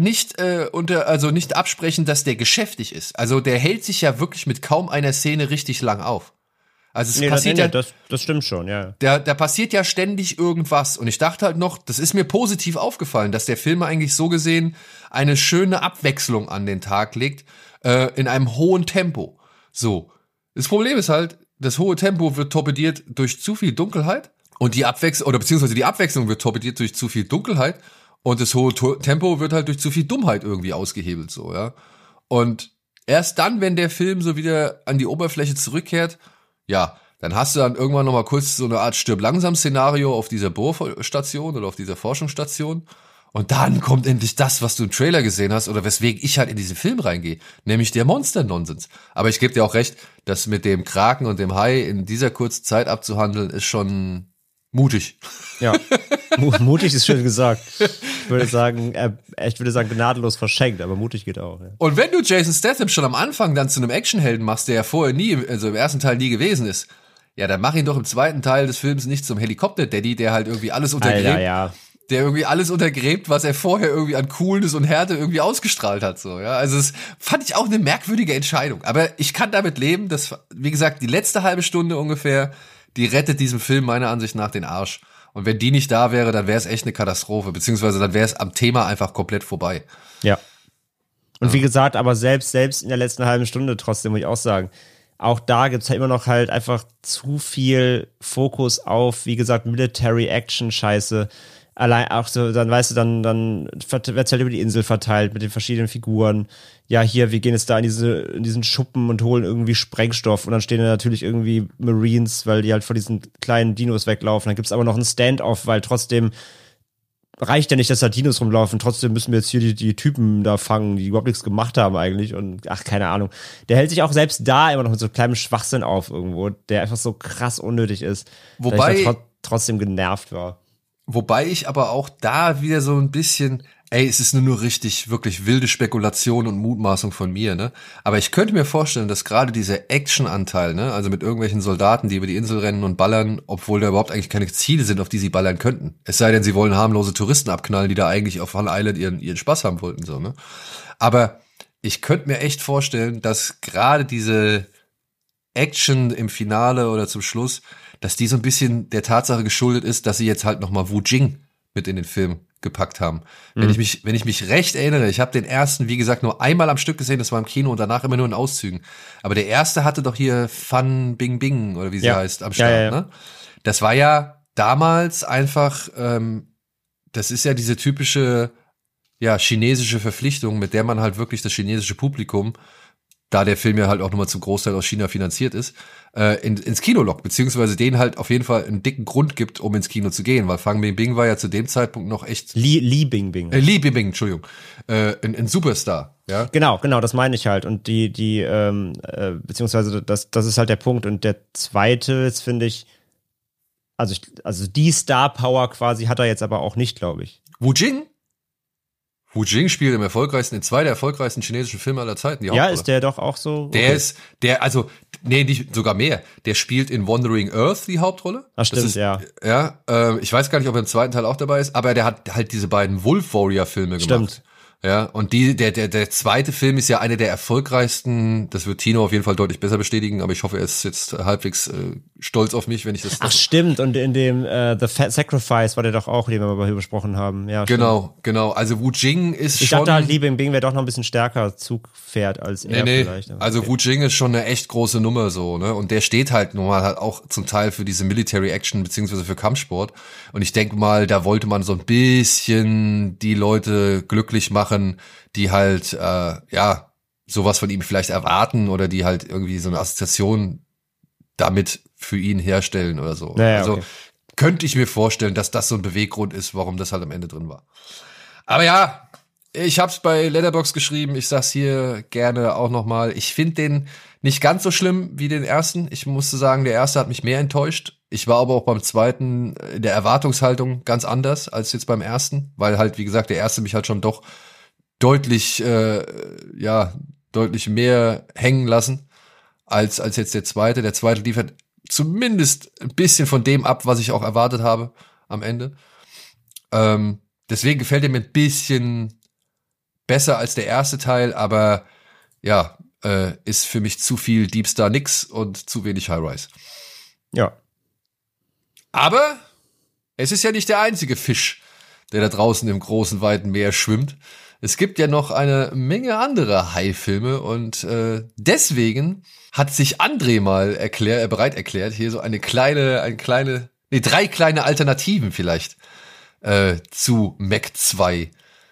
absprechen, dass der geschäftig ist. Also der hält sich ja wirklich mit kaum einer Szene richtig lang auf. Also das stimmt schon, ja. Da passiert ja ständig irgendwas. Und ich dachte halt noch, das ist mir positiv aufgefallen, dass der Film eigentlich so gesehen eine schöne Abwechslung an den Tag legt, in einem hohen Tempo. So. Das Problem ist halt, das hohe Tempo wird torpediert durch zu viel Dunkelheit und die Abwechslung wird torpediert durch zu viel Dunkelheit und das hohe Tempo wird halt durch zu viel Dummheit irgendwie ausgehebelt, so, ja. Und erst dann, wenn der Film so wieder an die Oberfläche zurückkehrt, ja, dann hast du dann irgendwann nochmal kurz so eine Art Stirb-langsam-Szenario auf dieser Bohrstation oder auf dieser Forschungsstation. Und dann kommt endlich das, was du im Trailer gesehen hast oder weswegen ich halt in diesen Film reingehe, nämlich der Monster-Nonsens. Aber ich gebe dir auch recht, das mit dem Kraken und dem Hai in dieser kurzen Zeit abzuhandeln, ist schon mutig. Ja, mutig ist schön gesagt. Ich würde sagen, gnadenlos verschenkt, aber mutig geht auch. Ja. Und wenn du Jason Statham schon am Anfang dann zu einem Actionhelden machst, der ja vorher also im ersten Teil nie gewesen ist, ja, dann mach ihn doch im zweiten Teil des Films nicht zum Helikopter-Daddy, der halt irgendwie alles untergräbt. Alter, ja. Der irgendwie alles untergräbt, was er vorher irgendwie an Coolness und Härte irgendwie ausgestrahlt hat, so, ja. Also das fand ich auch eine merkwürdige Entscheidung. Aber ich kann damit leben, dass, wie gesagt, die letzte halbe Stunde ungefähr, die rettet diesem Film meiner Ansicht nach den Arsch. Und wenn die nicht da wäre, dann wäre es echt eine Katastrophe, beziehungsweise dann wäre es am Thema einfach komplett vorbei. Ja. Und wie gesagt, aber selbst in der letzten halben Stunde trotzdem muss ich auch sagen, auch da gibt's ja immer noch halt einfach zu viel Fokus auf, wie gesagt, Military-Action-Scheiße. Allein auch so, dann weißt du, dann wird's halt über die Insel verteilt mit den verschiedenen Figuren. Ja, hier, wir gehen jetzt da in diesen Schuppen und holen irgendwie Sprengstoff und dann stehen da natürlich irgendwie Marines, weil die halt vor diesen kleinen Dinos weglaufen. Dann gibt's aber noch einen Standoff, weil trotzdem reicht ja nicht, dass da Dinos rumlaufen. Trotzdem müssen wir jetzt hier die Typen da fangen, die überhaupt nichts gemacht haben eigentlich und ach, keine Ahnung. Der hält sich auch selbst da immer noch mit so kleinem Schwachsinn auf irgendwo, der einfach so krass unnötig ist. Wobei ich trotzdem genervt war. Wobei ich aber auch da wieder so ein bisschen, es ist nur richtig, wirklich wilde Spekulation und Mutmaßung von mir, ne? Aber ich könnte mir vorstellen, dass gerade dieser Action-Anteil, ne, also mit irgendwelchen Soldaten, die über die Insel rennen und ballern, obwohl da überhaupt eigentlich keine Ziele sind, auf die sie ballern könnten. Es sei denn, sie wollen harmlose Touristen abknallen, die da eigentlich auf Hon Island ihren Spaß haben wollten, so, ne? Aber ich könnte mir echt vorstellen, dass gerade diese Action im Finale oder zum Schluss, dass die so ein bisschen der Tatsache geschuldet ist, dass sie jetzt halt nochmal Wu Jing mit in den Film gepackt haben. Wenn ich mich recht erinnere, ich habe den ersten, wie gesagt, nur einmal am Stück gesehen, das war im Kino und danach immer nur in Auszügen. Aber der erste hatte doch hier Fan Bingbing oder wie sie heißt am Start. Ja. Ne? Das war ja damals einfach, das ist ja diese typische chinesische Verpflichtung, mit der man halt wirklich das chinesische Publikum, da der Film ja halt auch nochmal zum Großteil aus China finanziert ist, ins Kino lockt, beziehungsweise denen halt auf jeden Fall einen dicken Grund gibt, um ins Kino zu gehen, weil Fan Bingbing war ja zu dem Zeitpunkt noch echt Li Bingbing. Li Bingbing, Entschuldigung. Ein Superstar, ja. Genau, das meine ich halt. Und beziehungsweise das ist halt der Punkt. Und der zweite ist, finde ich, also die Star Power quasi hat er jetzt aber auch nicht, glaube ich. Wu Jing spielt in zwei der erfolgreichsten chinesischen Filme aller Zeiten. Ja, ist der doch auch so? Okay. Nicht sogar mehr. Der spielt in Wandering Earth die Hauptrolle. Ach, stimmt, Ja, ich weiß gar nicht, ob er im zweiten Teil auch dabei ist, aber der hat halt diese beiden Wolf Warrior Filme gemacht. Stimmt. Ja, und der zweite Film ist ja einer der erfolgreichsten, das wird Tino auf jeden Fall deutlich besser bestätigen, aber ich hoffe, er ist jetzt halbwegs stolz auf mich, wenn ich das... Ach stimmt, und in dem The Fat Sacrifice war der doch auch, den wir hier besprochen haben. Ja, genau, also Wu Jing ist ich dachte halt, Li Bingbing wäre doch noch ein bisschen stärker Zugpferd als er vielleicht. Also okay. Wu Jing ist schon eine echt große Nummer so, ne? Und der steht halt nun mal halt auch zum Teil für diese Military Action beziehungsweise für Kampfsport. Und ich denke mal, da wollte man so ein bisschen die Leute glücklich machen, die halt sowas von ihm vielleicht erwarten oder die halt irgendwie so eine Assoziation damit für ihn herstellen oder so. Naja, also okay. Könnte ich mir vorstellen, dass das so ein Beweggrund ist, warum das halt am Ende drin war. Aber ja, ich hab's bei Letterboxd geschrieben, ich sag's hier gerne auch nochmal. Ich finde den nicht ganz so schlimm wie den ersten. Ich musste sagen, der erste hat mich mehr enttäuscht. Ich war aber auch beim zweiten in der Erwartungshaltung ganz anders als jetzt beim ersten, weil halt, wie gesagt, der erste mich halt schon doch deutlich mehr hängen lassen als jetzt der zweite. Der zweite liefert zumindest ein bisschen von dem ab, was ich auch erwartet habe am Ende. Deswegen gefällt er mir ein bisschen besser als der erste Teil, aber ja, ist für mich zu viel Deep Star nix und zu wenig High Rise. Ja. Aber es ist ja nicht der einzige Fisch, der da draußen im großen, weiten Meer schwimmt. Es gibt ja noch eine Menge andere Hai-Filme und deswegen hat sich André mal bereit erklärt, hier so drei kleine Alternativen vielleicht zu Mac 2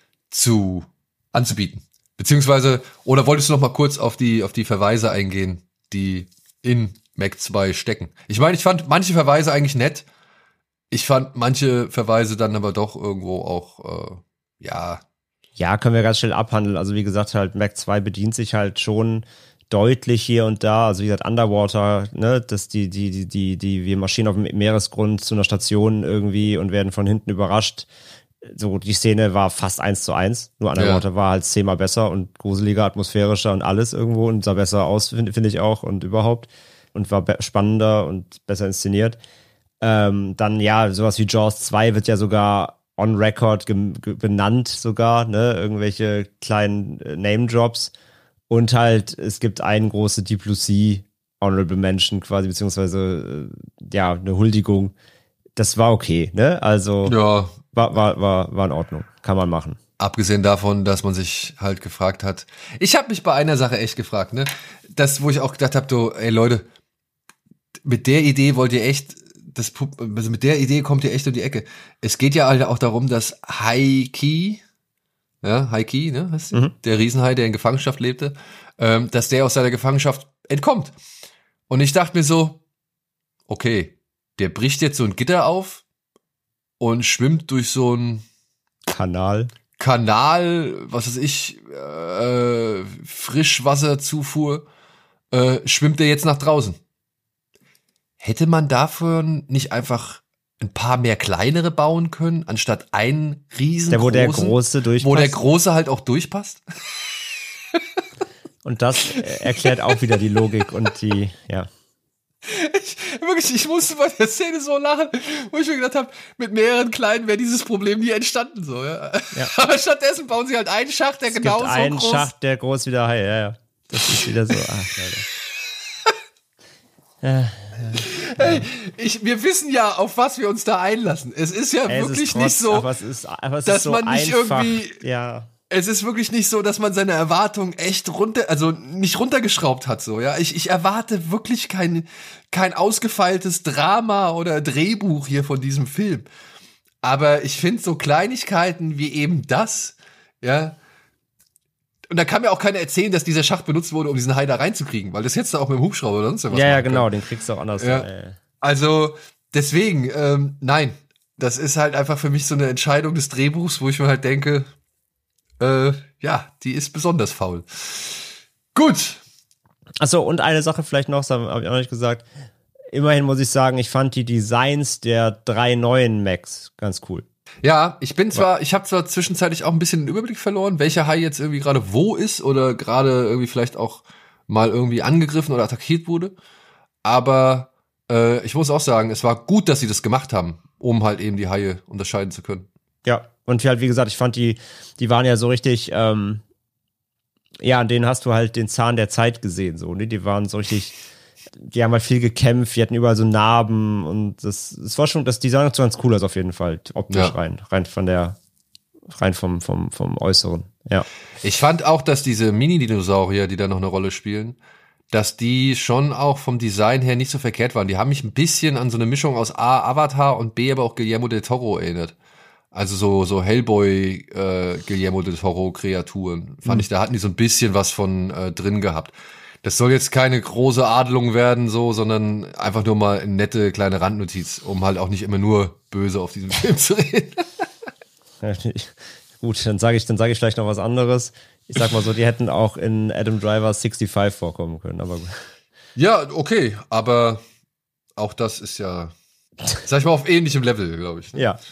anzubieten. Beziehungsweise, oder wolltest du noch mal kurz auf die Verweise eingehen, die in Mac 2 stecken? Ich meine, ich fand manche Verweise eigentlich nett. Ich fand manche Verweise dann aber doch irgendwo auch, Ja, können wir ganz schnell abhandeln. Also wie gesagt, halt Mac 2 bedient sich halt schon deutlich hier und da. Also wie gesagt, Underwater, ne, dass wir marschieren auf dem Meeresgrund zu einer Station irgendwie und werden von hinten überrascht. So, die Szene war fast 1:1. Nur Underwater war halt 10-mal besser und gruseliger, atmosphärischer und alles irgendwo und sah besser aus, finde ich auch und überhaupt. Und war spannender und besser inszeniert. Dann, sowas wie Jaws 2 wird ja sogar on record benannt sogar, ne, irgendwelche kleinen Name-Drops. Und halt, es gibt eine große Deep Blue Sea Honorable Mention quasi, beziehungsweise, eine Huldigung. Das war okay, ne, also, war in Ordnung. Kann man machen. Abgesehen davon, dass man sich halt gefragt hat. Ich habe mich bei einer Sache echt gefragt, ne, das, wo ich auch gedacht habe, ey Leute, mit der Idee wollt ihr echt, mit der Idee kommt ihr echt um die Ecke. Es geht ja halt auch darum, dass Haiki, ne, heißt der Riesenhai, der in Gefangenschaft lebte, dass der aus seiner Gefangenschaft entkommt. Und ich dachte mir so, okay, der bricht jetzt so ein Gitter auf und schwimmt durch so ein Kanal, was weiß ich, Frischwasserzufuhr, schwimmt er jetzt nach draußen. Hätte man dafür nicht einfach ein paar mehr kleinere bauen können, anstatt einen riesengroßen, wo der Große durchpasst? Wo der Große halt auch durchpasst? Und das erklärt auch wieder die Logik und die, ja. Ich musste bei der Szene so lachen, wo ich mir gedacht habe, mit mehreren Kleinen wäre dieses Problem nie entstanden, so, ja. Aber stattdessen bauen sie halt einen Schacht, der genau so groß ist. Einen Schacht, der groß wie der Hai, ja. Das ist wieder so, Leute. Hey, wir wissen ja, auf was wir uns da einlassen. Es ist ja wirklich nicht so, aber es ist so man nicht einfach, irgendwie, ja. Es ist wirklich nicht so, dass man seine Erwartungen echt nicht runtergeschraubt hat, so, ja. Ich erwarte wirklich kein ausgefeiltes Drama oder Drehbuch hier von diesem Film. Aber ich finde so Kleinigkeiten wie eben das Ja. Und da kann mir auch keiner erzählen, dass dieser Schacht benutzt wurde, um diesen Hai da reinzukriegen, weil das hättest du auch mit dem Hubschrauber oder sonst was Ja, genau, den kriegst du auch anders. Ja. Also, deswegen, nein, das ist halt einfach für mich so eine Entscheidung des Drehbuchs, wo ich mir halt denke, ja, die ist besonders faul. Gut. Achso, und eine Sache vielleicht noch, das habe ich auch noch nicht gesagt. Immerhin muss ich sagen, ich fand die Designs der 3 neuen Macs ganz cool. Ja, ich habe zwar zwischenzeitlich auch ein bisschen den Überblick verloren, welcher Hai jetzt irgendwie gerade wo ist oder gerade irgendwie vielleicht auch mal irgendwie angegriffen oder attackiert wurde. Aber ich muss auch sagen, es war gut, dass sie das gemacht haben, um halt eben die Haie unterscheiden zu können. Ja, und halt, wie gesagt, ich fand die waren ja so richtig, ja, an denen hast du halt den Zahn der Zeit gesehen, so, ne? Die waren so richtig, die haben halt viel gekämpft, die hatten überall so Narben und das war schon, das Design ist ganz cool, also auf jeden Fall, optisch rein vom Äußeren, ja. Ich fand auch, dass diese Mini-Dinosaurier, die da noch eine Rolle spielen, dass die schon auch vom Design her nicht so verkehrt waren. Die haben mich ein bisschen an so eine Mischung aus A, Avatar und B, aber auch Guillermo del Toro erinnert. Also so Hellboy, Guillermo del Toro Kreaturen. Fand ich, da hatten die so ein bisschen was von drin gehabt. Das soll jetzt keine große Adelung werden, so, sondern einfach nur mal eine nette kleine Randnotiz, um halt auch nicht immer nur böse auf diesem Film zu reden. Ja, gut, dann sage ich vielleicht noch was anderes. Ich sag mal so, die hätten auch in Adam Driver's 65 vorkommen können, aber gut. Ja, okay, aber auch das ist ja, sag ich mal, auf ähnlichem Level, glaube ich. Ne? Ja.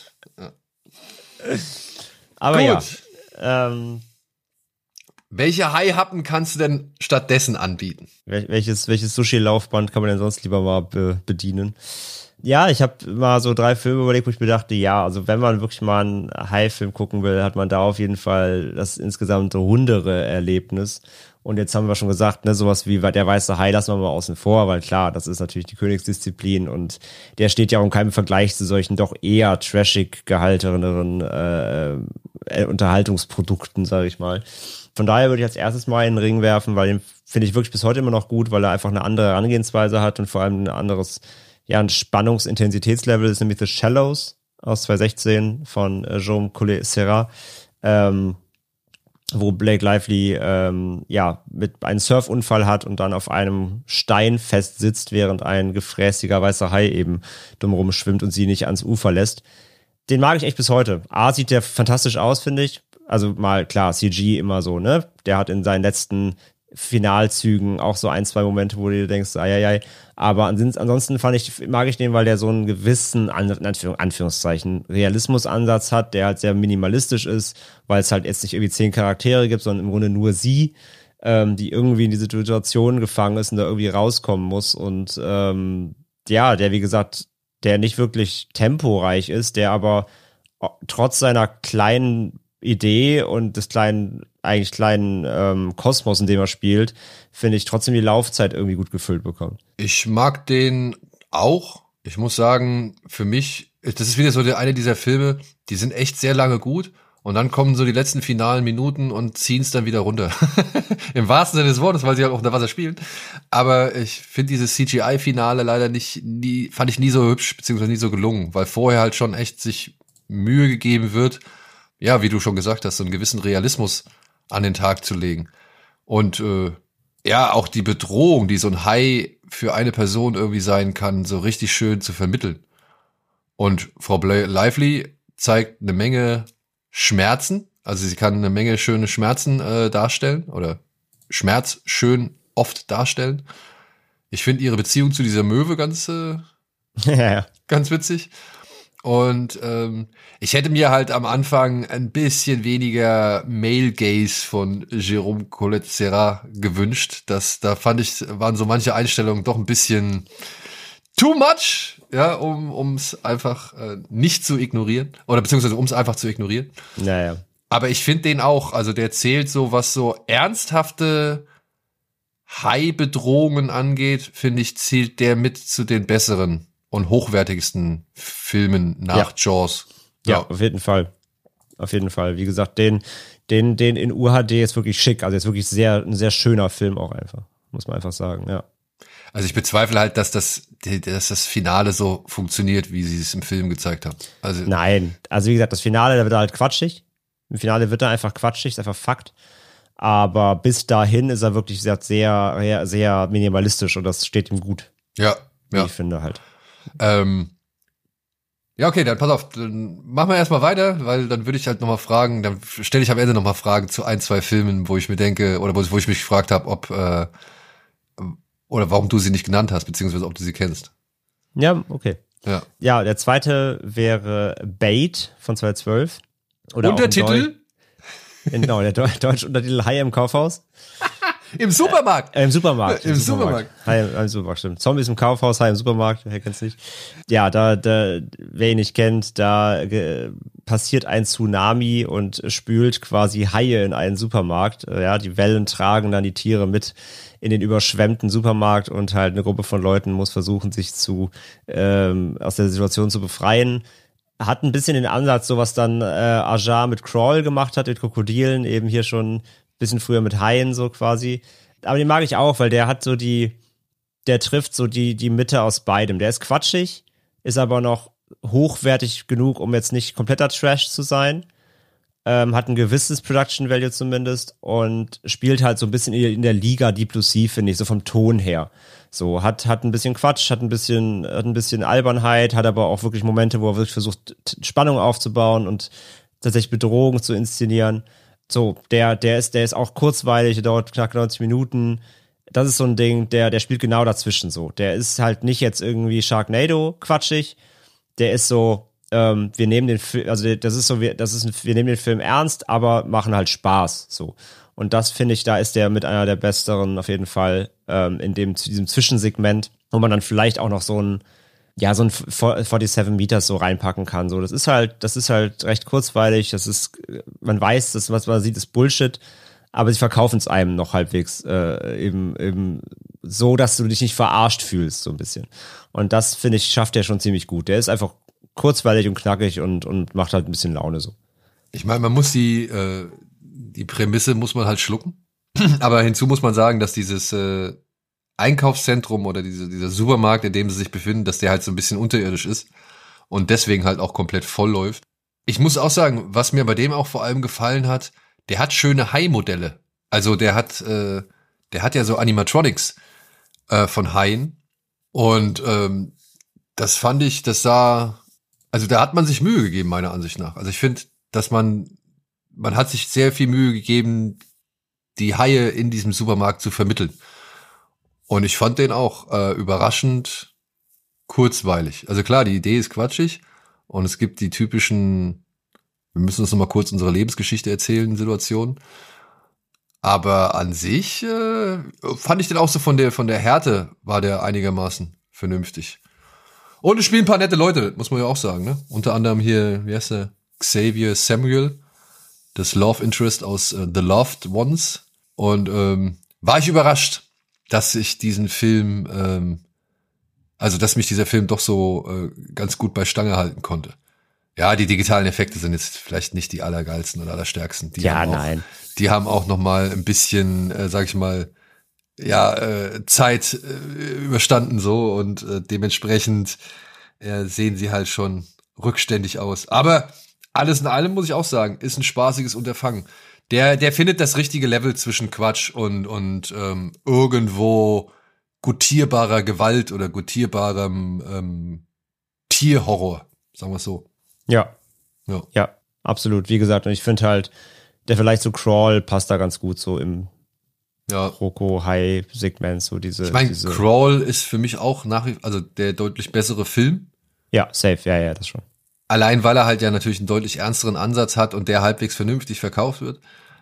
Aber gut. Ja. Welche Hai-Happen kannst du denn stattdessen anbieten? Welches Sushi-Laufband kann man denn sonst lieber mal bedienen? Ja, ich habe mal so 3 Filme überlegt, wo ich mir dachte, ja, also wenn man wirklich mal einen Hai-Film gucken will, hat man da auf jeden Fall das insgesamt rundere Erlebnis. Und jetzt haben wir schon gesagt, ne, sowas wie der weiße Hai lassen wir mal außen vor, weil klar, das ist natürlich die Königsdisziplin und der steht ja auch in keinem Vergleich zu solchen doch eher trashig gehalteneren Unterhaltungsprodukten, sage ich mal. Von daher würde ich als erstes mal in den Ring werfen, weil den finde ich wirklich bis heute immer noch gut, weil er einfach eine andere Herangehensweise hat und vor allem ein anderes, ja, ein Spannungsintensitätslevel ist, nämlich The Shallows aus 2016 von Jaume Collet-Serra, wo Blake Lively mit einem Surfunfall hat und dann auf einem Stein festsitzt, während ein gefräßiger weißer Hai eben drumherum schwimmt und sie nicht ans Ufer lässt. Den mag ich echt bis heute. A, sieht der fantastisch aus, finde ich. Also mal, klar, CG immer so, ne? Der hat in seinen letzten Finalzügen auch so 1, 2 Momente, wo du dir denkst, aber ansonsten mag ich den, weil der so einen gewissen, Anführungszeichen, Realismusansatz hat, der halt sehr minimalistisch ist, weil es halt jetzt nicht irgendwie 10 Charaktere gibt, sondern im Grunde nur sie, die irgendwie in die Situation gefangen ist und da irgendwie rauskommen muss und der, wie gesagt, der nicht wirklich temporeich ist, der aber trotz seiner kleinen Idee und des kleinen Kosmos, in dem er spielt, finde ich trotzdem die Laufzeit irgendwie gut gefüllt bekommen. Ich mag den auch. Ich muss sagen, für mich, das ist wieder so eine dieser Filme, die sind echt sehr lange gut und dann kommen so die letzten finalen Minuten und ziehen es dann wieder runter. Im wahrsten Sinne des Wortes, weil sie halt auch unter Wasser spielen. Aber ich finde dieses CGI-Finale leider fand ich nie so hübsch, beziehungsweise nie so gelungen, weil vorher halt schon echt sich Mühe gegeben wird, ja, wie du schon gesagt hast, so einen gewissen Realismus an den Tag zu legen. Und auch die Bedrohung, die so ein Hai für eine Person irgendwie sein kann, so richtig schön zu vermitteln. Und Frau Lively zeigt eine Menge Schmerzen, also sie kann eine Menge schöne Schmerzen darstellen oder Schmerz schön oft darstellen. Ich finde ihre Beziehung zu dieser Möwe ganz witzig. Und ich hätte mir halt am Anfang ein bisschen weniger Male Gaze von Jaume Collet-Serra gewünscht. Da fand ich, waren so manche Einstellungen doch ein bisschen too much, ja, um es einfach nicht zu ignorieren. Oder beziehungsweise um es einfach zu ignorieren. Naja. Aber ich finde den auch, also der zählt so, was so ernsthafte Hai-Bedrohungen angeht, finde ich, zählt der mit zu den besseren und hochwertigsten Filmen nach Jaws. Ja, auf jeden Fall. Auf jeden Fall. Wie gesagt, den in UHD ist wirklich schick. Also ist wirklich ein sehr schöner Film auch einfach. Muss man einfach sagen, ja. Also ich bezweifle halt, dass das Finale so funktioniert, wie sie es im Film gezeigt haben. Also nein. Also wie gesagt, das Finale, da wird halt quatschig. Im Finale wird er einfach quatschig, ist einfach Fakt. Aber bis dahin ist er wirklich sehr, sehr, sehr minimalistisch und das steht ihm gut. Ja. Ich finde halt. Ja, okay, dann pass auf, dann machen wir erstmal weiter, weil dann würde ich halt nochmal fragen, dann stelle ich am Ende nochmal Fragen zu 1, 2 Filmen, wo ich mir denke, oder wo ich mich gefragt habe, ob, oder warum du sie nicht genannt hast, beziehungsweise ob du sie kennst. Ja, okay. Ja. Ja, der zweite wäre Bait von 2012. Oder Untertitel? Genau, der deutsche Untertitel Hai im Kaufhaus. Im Supermarkt. Im Supermarkt. Im Supermarkt. Hai im Supermarkt, stimmt. Zombies im Kaufhaus, Hai im Supermarkt, wer kennt's nicht. Ja, wer ihn nicht kennt, da passiert ein Tsunami und spült quasi Haie in einen Supermarkt. Ja, die Wellen tragen dann die Tiere mit in den überschwemmten Supermarkt und halt eine Gruppe von Leuten muss versuchen, sich aus der Situation zu befreien. Hat ein bisschen den Ansatz, so was dann Ajar mit Crawl gemacht hat, mit Krokodilen, eben hier schon ein bisschen früher mit Haien so quasi. Aber den mag ich auch, weil der hat so der trifft so die Mitte aus beidem. Der ist quatschig, ist aber noch hochwertig genug, um jetzt nicht kompletter Trash zu sein. Hat ein gewisses Production Value zumindest und spielt halt so ein bisschen in der Liga D+C, finde ich, so vom Ton her. So, hat ein bisschen Quatsch, hat ein bisschen Albernheit, hat aber auch wirklich Momente, wo er wirklich versucht, Spannung aufzubauen und tatsächlich Bedrohung zu inszenieren. So, der ist auch kurzweilig, der dauert knapp 90 Minuten. Das ist so ein Ding, der spielt genau dazwischen so. Der ist halt nicht jetzt irgendwie Sharknado quatschig. Der ist so, wir nehmen den Film, also wir nehmen den Film ernst, aber machen halt Spaß, so. Und das finde ich, da ist der mit einer der besseren auf jeden Fall, in diesem Zwischensegment, wo man dann vielleicht auch noch so ein 47 Meters so reinpacken kann, so. Das ist halt recht kurzweilig, man weiß, dass was man sieht, ist Bullshit, aber sie verkaufen es einem noch halbwegs, eben so, dass du dich nicht verarscht fühlst, so ein bisschen. Und das, finde ich, schafft er schon ziemlich gut. Der ist einfach kurzweilig und knackig und macht halt ein bisschen Laune so. Ich meine, man muss die Prämisse muss man halt schlucken. Aber hinzu muss man sagen, dass dieses Einkaufszentrum oder dieser Supermarkt, in dem sie sich befinden, dass der halt so ein bisschen unterirdisch ist und deswegen halt auch komplett voll läuft. Ich muss auch sagen, was mir bei dem auch vor allem gefallen hat, der hat schöne Hai-Modelle. Also der hat ja so Animatronics von Haien und das fand ich, also da hat man sich Mühe gegeben, meiner Ansicht nach. Also ich finde, dass man hat sich sehr viel Mühe gegeben, die Haie in diesem Supermarkt zu vermitteln. Und ich fand den auch überraschend kurzweilig. Also klar, die Idee ist quatschig und es gibt die typischen, wir müssen uns noch mal kurz unsere Lebensgeschichte erzählen, Situationen. Aber an sich fand ich den auch so von der Härte war der einigermaßen vernünftig. Und es spielen ein paar nette Leute mit, muss man ja auch sagen, ne? Unter anderem hier, wie heißt der? Xavier Samuel, das Love Interest aus The Loved Ones. Und war ich überrascht, dass ich diesen Film, dass mich dieser Film doch so ganz gut bei Stange halten konnte. Ja, die digitalen Effekte sind jetzt vielleicht nicht die allergeilsten oder allerstärksten. Die haben auch noch mal ein bisschen, sag ich mal, Zeit überstanden so und dementsprechend sehen sie halt schon rückständig aus. Aber alles in allem muss ich auch sagen, ist ein spaßiges Unterfangen. Der findet das richtige Level zwischen Quatsch und irgendwo gutierbarer Gewalt oder gutierbarem Tierhorror, sagen wir es so. Ja, absolut. Wie gesagt, und ich finde halt, der vielleicht so Crawl passt da ganz gut so im Roko-High-Segment, so diese. Ich meine, Crawl ist für mich auch der deutlich bessere Film. Ja, safe, ja, das schon. Allein, weil er halt ja natürlich einen deutlich ernsteren Ansatz hat und der halbwegs vernünftig verkauft wird.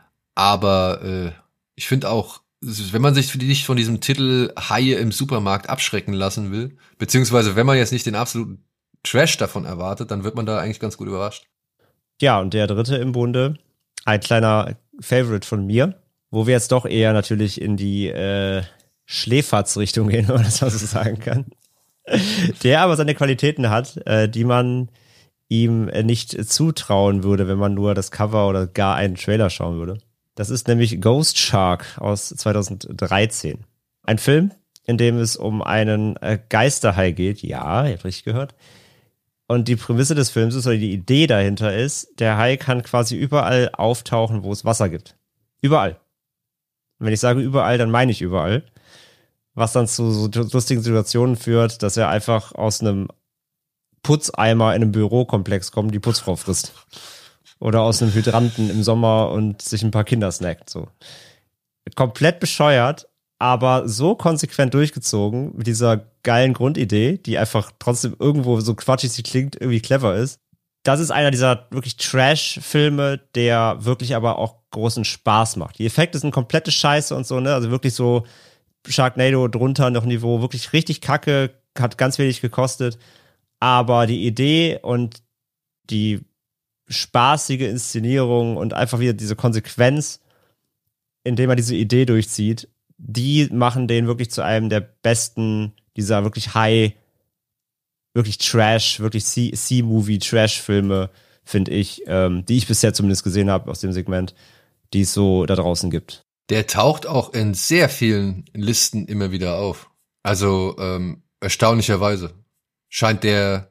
Aber ich finde auch, wenn man sich nicht von diesem Titel Haie im Supermarkt abschrecken lassen will, beziehungsweise wenn man jetzt nicht den absoluten Trash davon erwartet, dann wird man da eigentlich ganz gut überrascht. Ja, und der dritte im Bunde, ein kleiner Favorite von mir, wo wir jetzt doch eher natürlich in die Schläferz-Richtung gehen, wenn man das mal so sagen kann. Der aber seine Qualitäten hat, die man ihm nicht zutrauen würde, wenn man nur das Cover oder gar einen Trailer schauen würde. Das ist nämlich Ghost Shark aus 2013. Ein Film, in dem es um einen Geisterhai geht. Ja, ihr habt richtig gehört. Und die Prämisse des Films ist, oder die Idee dahinter ist, der Hai kann quasi überall auftauchen, wo es Wasser gibt. Überall. Und wenn ich sage überall, dann meine ich überall. Was dann zu so lustigen Situationen führt, dass er einfach aus einem Putzeimer in einem Bürokomplex kommt, die Putzfrau frisst. Oder aus einem Hydranten im Sommer und sich ein paar Kinder snackt. So. Komplett bescheuert, aber so konsequent durchgezogen mit dieser geilen Grundidee, die einfach trotzdem irgendwo so quatschig sie klingt, irgendwie clever ist. Das ist einer dieser wirklich Trash-Filme, der wirklich aber auch großen Spaß macht. Die Effekte sind komplette Scheiße und so, ne? Also wirklich so Sharknado drunter noch Niveau, wirklich richtig kacke, hat ganz wenig gekostet. Aber die Idee und die spaßige Inszenierung und einfach wieder diese Konsequenz, indem er diese Idee durchzieht, die machen den wirklich zu einem der besten dieser wirklich High, wirklich Trash, wirklich C-Movie-Trash-Filme, finde ich, die ich bisher zumindest gesehen habe aus dem Segment, die es so da draußen gibt. Der taucht auch in sehr vielen Listen immer wieder auf. Also erstaunlicherweise scheint der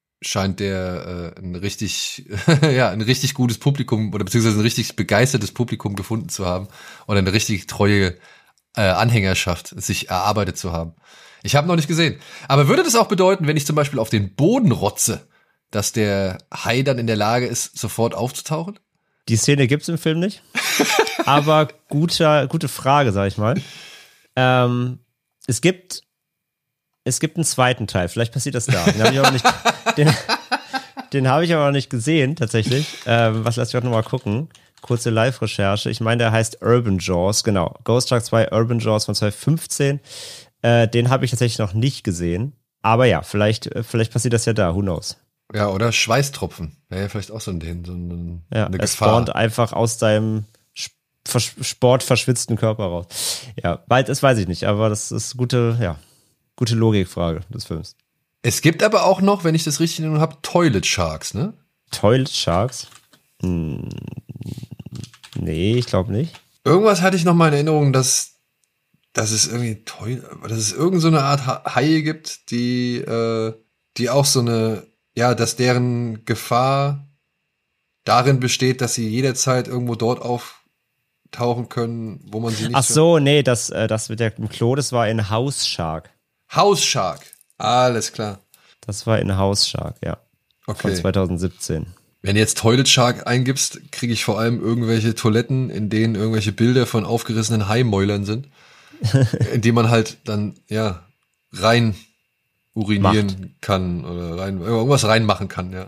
ein richtig ein richtig gutes Publikum oder beziehungsweise ein richtig begeistertes Publikum gefunden zu haben und eine richtig treue Anhängerschaft sich erarbeitet zu haben. Ich habe noch nicht gesehen. Aber würde das auch bedeuten, wenn ich zum Beispiel auf den Boden rotze, dass der Hai dann in der Lage ist, sofort aufzutauchen? Die Szene gibt's im Film nicht. Aber gute Frage, sag ich mal. Es gibt einen zweiten Teil. Vielleicht passiert das da. Den habe ich aber nicht, den habe ich aber noch nicht gesehen, tatsächlich. Was lass ich auch nochmal gucken. Kurze Live-Recherche. Ich meine, der heißt Urban Jaws. Genau. Ghost Shark 2 Urban Jaws von 2015. Den habe ich tatsächlich noch nicht gesehen. Aber ja, vielleicht passiert das ja da. Who knows? Ja, oder Schweißtropfen. Wäre ja vielleicht auch so eine eine Gefahr. Es spawnt einfach aus deinem sportverschwitzten Körper raus. Ja, bald, das weiß ich nicht. Aber das ist gute Logikfrage des Films. Es gibt aber auch noch, wenn ich das richtig in Erinnerung habe, Toilet Sharks, ne? Toilet Sharks? Nee, ich glaube nicht. Irgendwas hatte ich noch mal in Erinnerung, dass es irgendwie dass es irgend so eine Art Haie gibt, die auch so eine, ja, dass deren Gefahr darin besteht, dass sie jederzeit irgendwo dort auftauchen können, wo man sie nicht. Ach so, nee, das mit dem Klo, das war in House Shark. House Shark, alles klar. Das war in House Shark, ja. Okay. Von 2017. Wenn du jetzt Toilet Shark eingibst, kriege ich vor allem irgendwelche Toiletten, in denen irgendwelche Bilder von aufgerissenen Haimäulern sind, in die man halt dann, ja, rein urinieren kann oder irgendwas reinmachen kann, ja.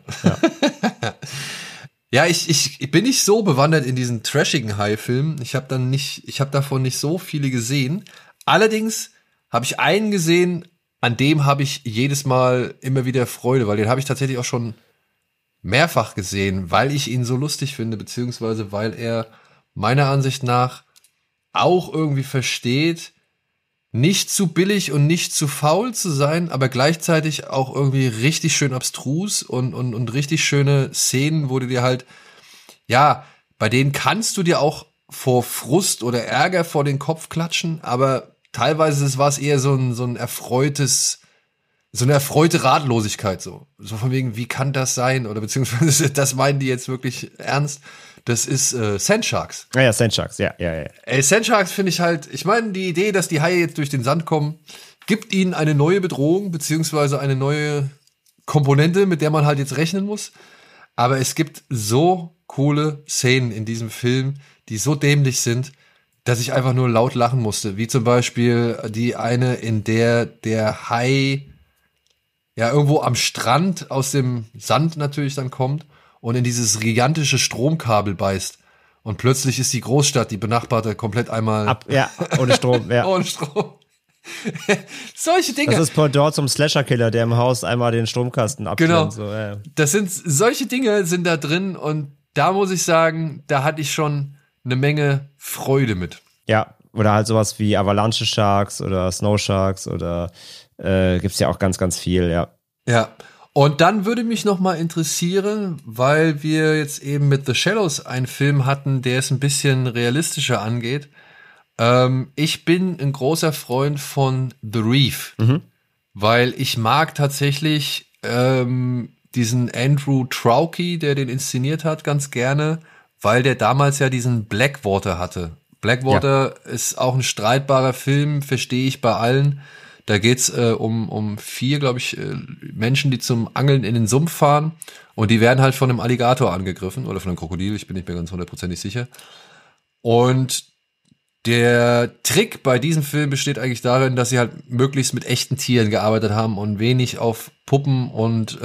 Ja, ich bin nicht so bewandert in diesen trashigen Hai-Filmen. Ich habe davon nicht so viele gesehen. Allerdings habe ich einen gesehen, an dem habe ich jedes Mal immer wieder Freude, weil den habe ich tatsächlich auch schon mehrfach gesehen, weil ich ihn so lustig finde, beziehungsweise weil er meiner Ansicht nach auch irgendwie versteht, nicht zu billig und nicht zu faul zu sein, aber gleichzeitig auch irgendwie richtig schön abstrus und richtig schöne Szenen, wo du dir halt, ja, bei denen kannst du dir auch vor Frust oder Ärger vor den Kopf klatschen, aber teilweise war es eher so eine erfreute Ratlosigkeit, so von wegen, wie kann das sein, oder beziehungsweise das meinen die jetzt wirklich ernst. Das ist Sand Sharks. Ja, Sand Sharks, ja. Ey, Sand Sharks finde ich halt, ich meine, die Idee, dass die Haie jetzt durch den Sand kommen, gibt ihnen eine neue Bedrohung, beziehungsweise eine neue Komponente, mit der man halt jetzt rechnen muss. Aber es gibt so coole Szenen in diesem Film, die so dämlich sind, dass ich einfach nur laut lachen musste. Wie zum Beispiel die eine, in der Hai ja irgendwo am Strand aus dem Sand natürlich dann kommt und in dieses gigantische Stromkabel beißt. Und plötzlich ist die Großstadt, die benachbarte, komplett einmal ohne Strom. Ja. Ohne Strom. Solche Dinge. Das ist Pendant zum Slasher-Killer, der im Haus einmal den Stromkasten abklemmt. Genau. So, ja. Solche Dinge sind da drin und da muss ich sagen, da hatte ich schon eine Menge Freude mit. Ja, oder halt sowas wie Avalanche Sharks oder Snow Sharks oder gibt's ja auch ganz, ganz viel, ja. Ja. Und dann würde mich noch mal interessieren, weil wir jetzt eben mit The Shallows einen Film hatten, der es ein bisschen realistischer angeht. Ich bin ein großer Freund von The Reef, weil ich mag tatsächlich diesen Andrew Traucki, der den inszeniert hat, ganz gerne, weil der damals ja diesen Blackwater hatte. Blackwater ist auch ein streitbarer Film, verstehe ich bei allen. Da geht's um 4, glaube ich, Menschen, die zum Angeln in den Sumpf fahren und die werden halt von einem Alligator angegriffen oder von einem Krokodil, ich bin nicht mehr ganz 100% sicher. Und der Trick bei diesem Film besteht eigentlich darin, dass sie halt möglichst mit echten Tieren gearbeitet haben und wenig auf Puppen und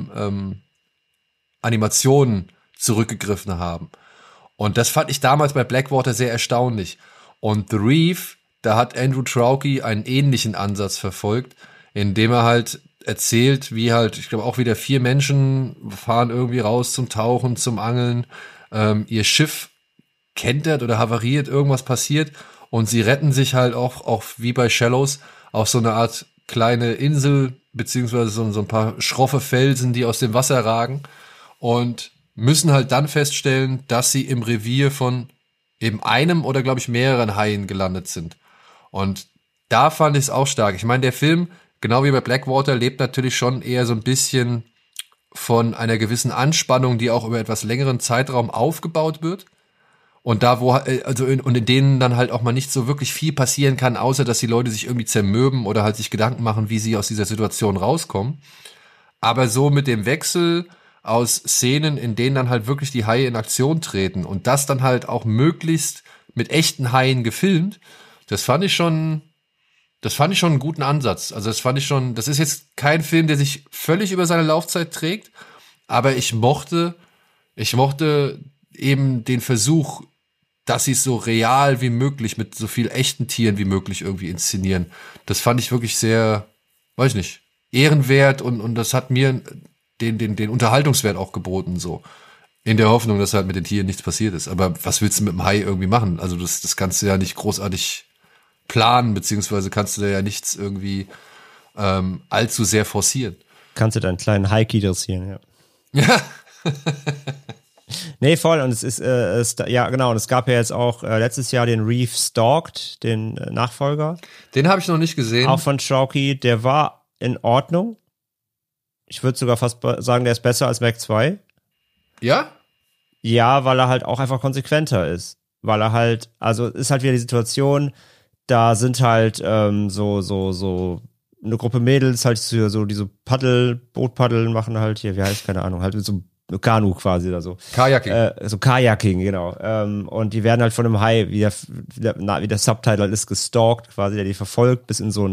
Animationen zurückgegriffen haben. Und das fand ich damals bei Blackwater sehr erstaunlich. Und The Reef, da hat Andrew Traucki einen ähnlichen Ansatz verfolgt, indem er halt erzählt, wie halt, ich glaube auch wieder 4 Menschen fahren irgendwie raus zum Tauchen, zum Angeln, ihr Schiff kentert oder havariert, irgendwas passiert und sie retten sich halt auch wie bei Shallows auf so eine Art kleine Insel, beziehungsweise so ein paar schroffe Felsen, die aus dem Wasser ragen und müssen halt dann feststellen, dass sie im Revier von eben einem oder glaube ich mehreren Haien gelandet sind. Und da fand ich es auch stark. Ich meine, der Film, genau wie bei Blackwater, lebt natürlich schon eher so ein bisschen von einer gewissen Anspannung, die auch über etwas längeren Zeitraum aufgebaut wird. Und da, und in denen dann halt auch mal nicht so wirklich viel passieren kann, außer dass die Leute sich irgendwie zermürben oder halt sich Gedanken machen, wie sie aus dieser Situation rauskommen. Aber so mit dem Wechsel aus Szenen, in denen dann halt wirklich die Haie in Aktion treten und das dann halt auch möglichst mit echten Haien gefilmt, das fand ich schon einen guten Ansatz. Also das ist jetzt kein Film, der sich völlig über seine Laufzeit trägt, aber ich mochte eben den Versuch, dass sie es so real wie möglich mit so viel echten Tieren wie möglich irgendwie inszenieren. Das fand ich wirklich sehr, weiß ich nicht, ehrenwert und das hat mir den Unterhaltungswert auch geboten, so. In der Hoffnung, dass halt mit den Tieren nichts passiert ist. Aber was willst du mit dem Hai irgendwie machen? Also das kannst du ja nicht großartig planen, beziehungsweise kannst du da ja nichts irgendwie allzu sehr forcieren. Kannst du deinen kleinen Haiki dosieren, ja. Ja. Nee, voll. Und es ist, ja, genau. Und es gab ja jetzt auch letztes Jahr den Reef Stalked, den Nachfolger. Den habe ich noch nicht gesehen. Auch von Traucki. Der war in Ordnung. Ich würde sogar fast sagen, der ist besser als Mac 2. Ja? Ja, weil er halt auch einfach konsequenter ist. Weil er halt, also ist halt wieder die Situation, da sind halt so eine Gruppe Mädels halt so diese Bootpaddeln machen halt hier, wie heißt, keine Ahnung, halt mit so Kanu quasi oder so. Kajaking. So Kajaking, genau. Und die werden halt von einem Hai, wie der Subtitle ist, gestalkt quasi, der die verfolgt bis in so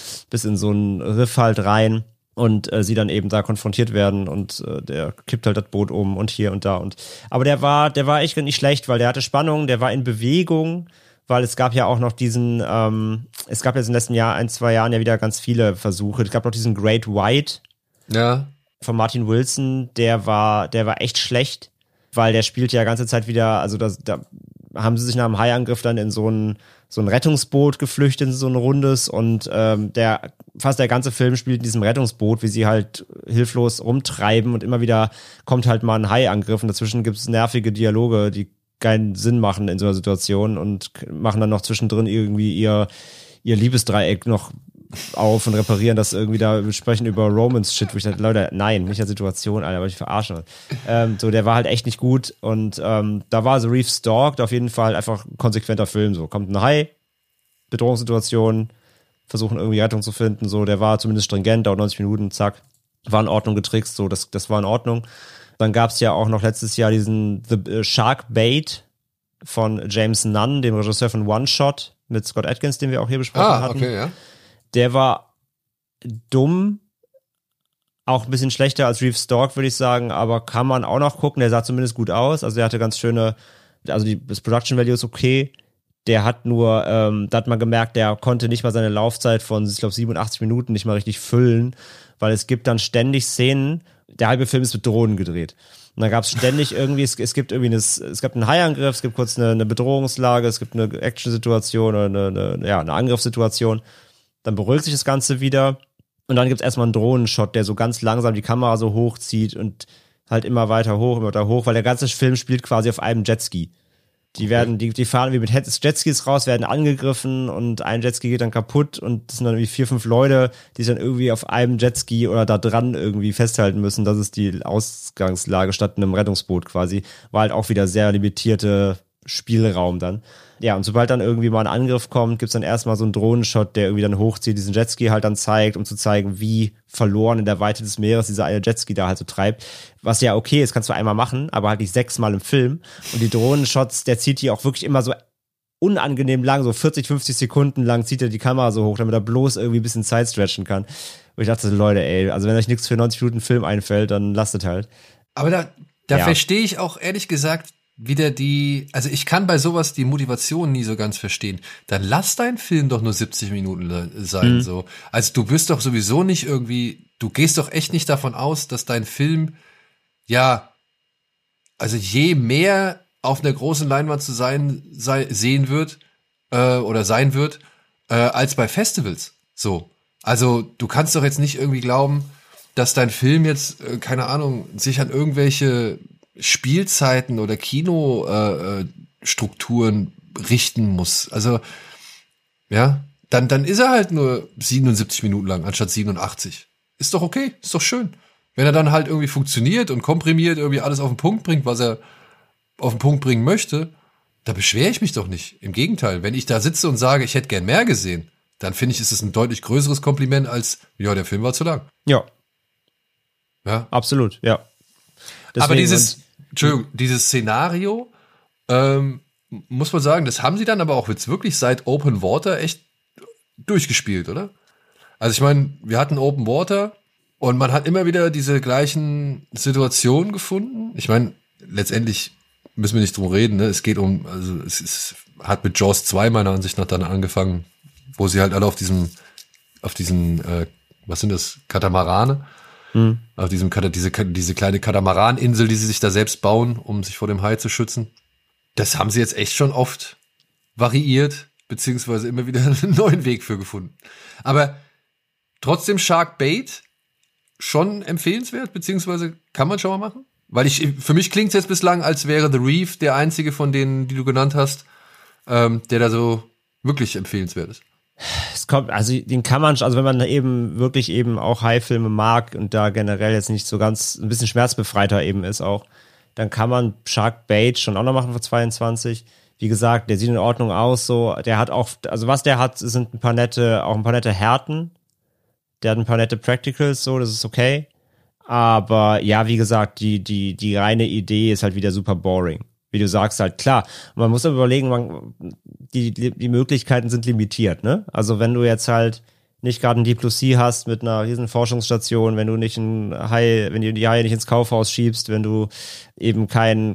ein Riff halt rein und sie dann eben da konfrontiert werden und der kippt halt das Boot um und hier und da aber der war echt nicht schlecht, weil der hatte Spannung, der war in Bewegung, weil es gab ja auch noch diesen, es gab jetzt in den letzten 1-2 Jahren ja wieder ganz viele Versuche. Es gab noch diesen Great White. Ja. Von Martin Wilson, der war echt schlecht, weil der spielt ja die ganze Zeit wieder, also da haben sie sich nach einem Haiangriff dann in so ein Rettungsboot geflüchtet, in so ein rundes und fast der ganze Film spielt in diesem Rettungsboot, wie sie halt hilflos rumtreiben und immer wieder kommt halt mal ein Haiangriff und dazwischen gibt es nervige Dialoge, die keinen Sinn machen in so einer Situation und machen dann noch zwischendrin irgendwie ihr Liebesdreieck noch auf und reparieren das irgendwie, da sprechen über Romance-Shit, wo ich dachte, Leute, nein, nicht der Situation, Alter, aber ich verarsche. So, der war halt echt nicht gut und da war so Reef Stalked auf jeden Fall einfach ein konsequenter Film, so, kommt ein Hai, Bedrohungssituation, versuchen irgendwie Rettung zu finden, so, der war zumindest stringent, dauert 90 Minuten, zack, war in Ordnung getrickst, so, das war in Ordnung. Dann gab's ja auch noch letztes Jahr diesen The Shark Bait von James Nunn, dem Regisseur von One Shot mit Scott Adkins, den wir auch hier besprochen hatten. Okay, ja. Der war dumm, auch ein bisschen schlechter als Reef Stalked, würde ich sagen, aber kann man auch noch gucken, der sah zumindest gut aus, also der hatte ganz schöne, also das Production Value ist okay, der hat nur, da hat man gemerkt, der konnte nicht mal seine Laufzeit von, ich glaube, 87 Minuten nicht mal richtig füllen, weil es gibt dann ständig Szenen, der halbe Film ist mit Drohnen gedreht. Und dann gab es ständig irgendwie, es gab einen Haiangriff, es gibt kurz eine Bedrohungslage, es gibt eine Action-Situation oder eine Angriffssituation. Dann beruhigt sich das Ganze wieder und dann gibt es erstmal einen Drohnenshot, der so ganz langsam die Kamera so hochzieht und halt immer weiter hoch, weil der ganze Film spielt quasi auf einem Jetski. Die fahren wie mit Jetskis raus, werden angegriffen und ein Jetski geht dann kaputt und das sind dann irgendwie 4, 5 Leute, die sich dann irgendwie auf einem Jetski oder da dran irgendwie festhalten müssen. Das ist die Ausgangslage statt einem Rettungsboot quasi. War halt auch wieder sehr limitierte Spielraum dann. Ja, und sobald dann irgendwie mal ein Angriff kommt, gibt's dann erstmal so einen Drohnenshot, der irgendwie dann hochzieht, diesen Jetski halt dann zeigt, um zu zeigen, wie verloren in der Weite des Meeres dieser eine Jetski da halt so treibt. Was ja okay ist, kannst du einmal machen, aber halt nicht 6-mal im Film. Und die Drohnenshots, der zieht die auch wirklich immer so unangenehm lang, so 40, 50 Sekunden lang zieht er die Kamera so hoch, damit er bloß irgendwie ein bisschen Zeit stretchen kann. Und ich dachte, Leute, ey, also wenn euch nichts für 90 Minuten Film einfällt, dann lasst es halt. Aber da verstehe ich auch ehrlich gesagt wieder also ich kann bei sowas die Motivation nie so ganz verstehen. Dann lass dein Film doch nur 70 Minuten sein, so. Also du bist doch sowieso nicht irgendwie, du gehst doch echt nicht davon aus, dass dein Film, also je mehr auf einer großen Leinwand zu sein wird, als bei Festivals, so. Also du kannst doch jetzt nicht irgendwie glauben, dass dein Film jetzt, keine Ahnung, sich an irgendwelche Spielzeiten oder Kinostrukturen richten muss. Also, ja, dann ist er halt nur 77 Minuten lang, anstatt 87. Ist doch okay, ist doch schön. Wenn er dann halt irgendwie funktioniert und komprimiert irgendwie alles auf den Punkt bringt, was er auf den Punkt bringen möchte, da beschwere ich mich doch nicht. Im Gegenteil, wenn ich da sitze und sage, ich hätte gern mehr gesehen, dann finde ich, ist es ein deutlich größeres Kompliment als, ja, der Film war zu lang. Ja. Absolut, ja. Deswegen, aber dieses Szenario, muss man sagen, das haben sie dann aber auch jetzt wirklich seit Open Water echt durchgespielt, oder? Also ich meine, wir hatten Open Water und man hat immer wieder diese gleichen Situationen gefunden. Ich meine, letztendlich müssen wir nicht drum reden, ne? Es hat mit Jaws 2 meiner Ansicht nach dann angefangen, wo sie halt alle auf diesen, was sind das, Katamarane? Auf diese kleine Katamaraninsel, die sie sich da selbst bauen, um sich vor dem Hai zu schützen. Das haben sie jetzt echt schon oft variiert, beziehungsweise immer wieder einen neuen Weg für gefunden. Aber trotzdem Shark Bait schon empfehlenswert, beziehungsweise kann man schon mal machen? Weil für mich klingt es jetzt bislang, als wäre The Reef der einzige von denen, die du genannt hast, der da so wirklich empfehlenswert ist. Es kommt, also den kann man, also wenn man eben wirklich eben auch Hai-Filme mag und da generell jetzt nicht so ganz ein bisschen schmerzbefreiter eben ist auch, dann kann man Shark Bait schon auch noch machen für 22. Wie gesagt, der sieht in Ordnung aus, so, der hat auch, also was der hat, sind ein paar nette Härten. Der hat ein paar nette Practicals, so, das ist okay. Aber ja, wie gesagt, die reine Idee ist halt wieder super boring. Wie du sagst, halt klar. Und man muss aber überlegen, die Möglichkeiten sind limitiert, ne? Also wenn du jetzt halt nicht gerade ein Deep Blue Sea hast mit einer riesen Forschungsstation, wenn du die Haie nicht ins Kaufhaus schiebst, wenn du eben kein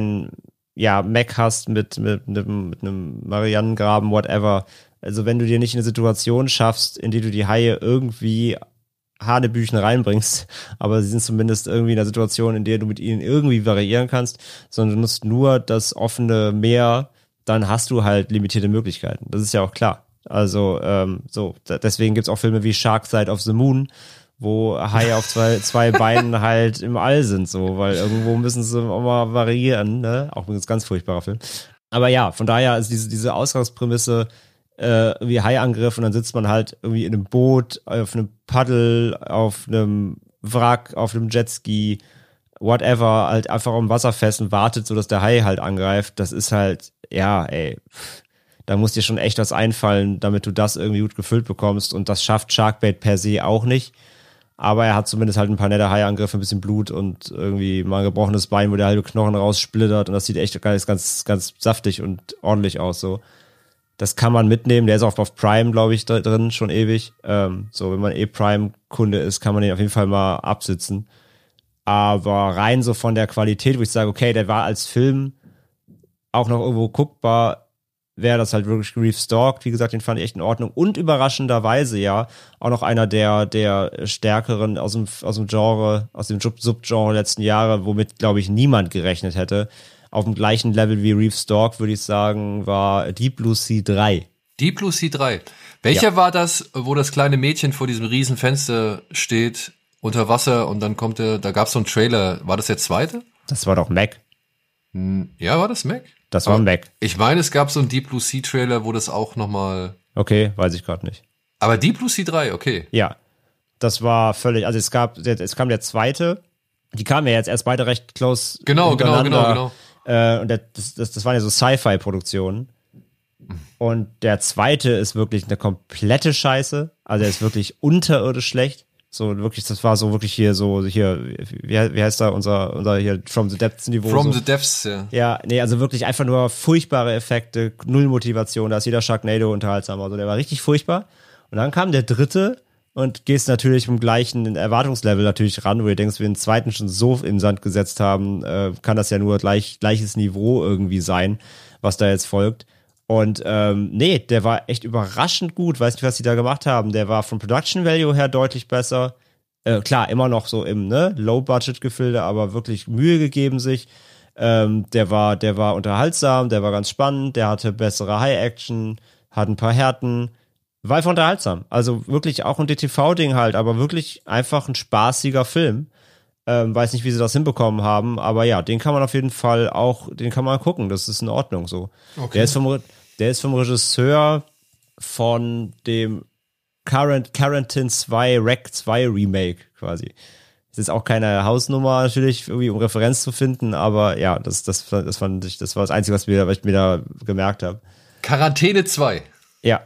Mech hast mit einem Marianengraben, whatever. Also wenn du dir nicht eine Situation schaffst, in die du die Haie irgendwie Hanebüchen reinbringst, aber sie sind zumindest irgendwie in einer Situation, in der du mit ihnen irgendwie variieren kannst, sondern du nutzt nur das offene Meer, dann hast du halt limitierte Möglichkeiten. Das ist ja auch klar. Also deswegen gibt's auch Filme wie Shark Side of the Moon, wo Haie auf zwei Beinen halt im All sind, so, weil irgendwo müssen sie auch mal variieren, ne? Auch ein ganz furchtbarer Film. Aber ja, von daher ist diese Ausgangsprämisse wie Haiangriff und dann sitzt man halt irgendwie in einem Boot, auf einem Paddel, auf einem Wrack, auf einem Jetski, whatever, halt einfach am Wasser fest und wartet, so dass der Hai halt angreift. Das ist halt, ja, ey, da muss dir schon echt was einfallen, damit du das irgendwie gut gefüllt bekommst und das schafft Sharkbait per se auch nicht. Aber er hat zumindest halt ein paar nette Haiangriffe, ein bisschen Blut und irgendwie mal ein gebrochenes Bein, wo der halbe Knochen raussplittert und das sieht echt ganz, ganz saftig und ordentlich aus, so. Das kann man mitnehmen, der ist auch auf Prime, glaube ich, drin, schon ewig. So, wenn man Prime-Kunde ist, kann man den auf jeden Fall mal absitzen. Aber rein so von der Qualität, wo ich sage, okay, der war als Film auch noch irgendwo guckbar, wäre das halt wirklich Reef Stalked. Wie gesagt, den fand ich echt in Ordnung. Und überraschenderweise ja auch noch einer der stärkeren aus dem Genre, aus dem Subgenre letzten Jahre, womit, glaube ich, niemand gerechnet hätte. Auf dem gleichen Level wie Reef Stalked, würde ich sagen, war Deep Blue Sea 3. Deep Blue Sea 3. Welcher war das, wo das kleine Mädchen vor diesem riesen Fenster steht, unter Wasser und dann kommt da gab es so einen Trailer. War das der zweite? Das war doch Mac. Ja, war das Mac? Das war Mac. Ich meine, es gab so einen Deep Blue Sea Trailer, wo das auch nochmal... Okay, weiß ich gerade nicht. Aber Deep Blue Sea 3, okay. Ja, das war völlig, also es kam der zweite, die kamen ja jetzt erst beide recht close. Genau. Und das waren ja so Sci-Fi-Produktionen. Und der zweite ist wirklich eine komplette Scheiße. Also er ist wirklich unterirdisch schlecht. So wirklich, das war so wirklich hier, wie heißt da unser hier From the Depths Niveau? From the Depths, ja. Ja, nee, also wirklich einfach nur furchtbare Effekte, null Motivation, da ist jeder Sharknado unterhaltsam. Also der war richtig furchtbar. Und dann kam der dritte und gehst natürlich mit dem gleichen Erwartungslevel natürlich ran, wo du denkst, wir den zweiten schon so im Sand gesetzt haben, kann das ja nur gleiches Niveau irgendwie sein, was da jetzt folgt. Und nee, der war echt überraschend gut. Weiß nicht, was die da gemacht haben. Der war vom Production Value her deutlich besser. Klar, immer noch so im Low-Budget-Gefilde, aber wirklich Mühe gegeben sich. Der war unterhaltsam, der war ganz spannend, der hatte bessere High-Action, hat ein paar Härten. War einfach unterhaltsam. Also wirklich auch ein DTV-Ding halt, aber wirklich einfach ein spaßiger Film. Weiß nicht, wie sie das hinbekommen haben, aber ja, den kann man auf jeden Fall den kann man gucken, das ist in Ordnung so. Okay. Der ist vom Regisseur von dem Quarantine 2 Rec 2 Remake quasi. Das ist auch keine Hausnummer natürlich, irgendwie um Referenz zu finden, aber ja, das fand ich, das war das Einzige, was ich mir da gemerkt habe. Quarantäne 2. Ja.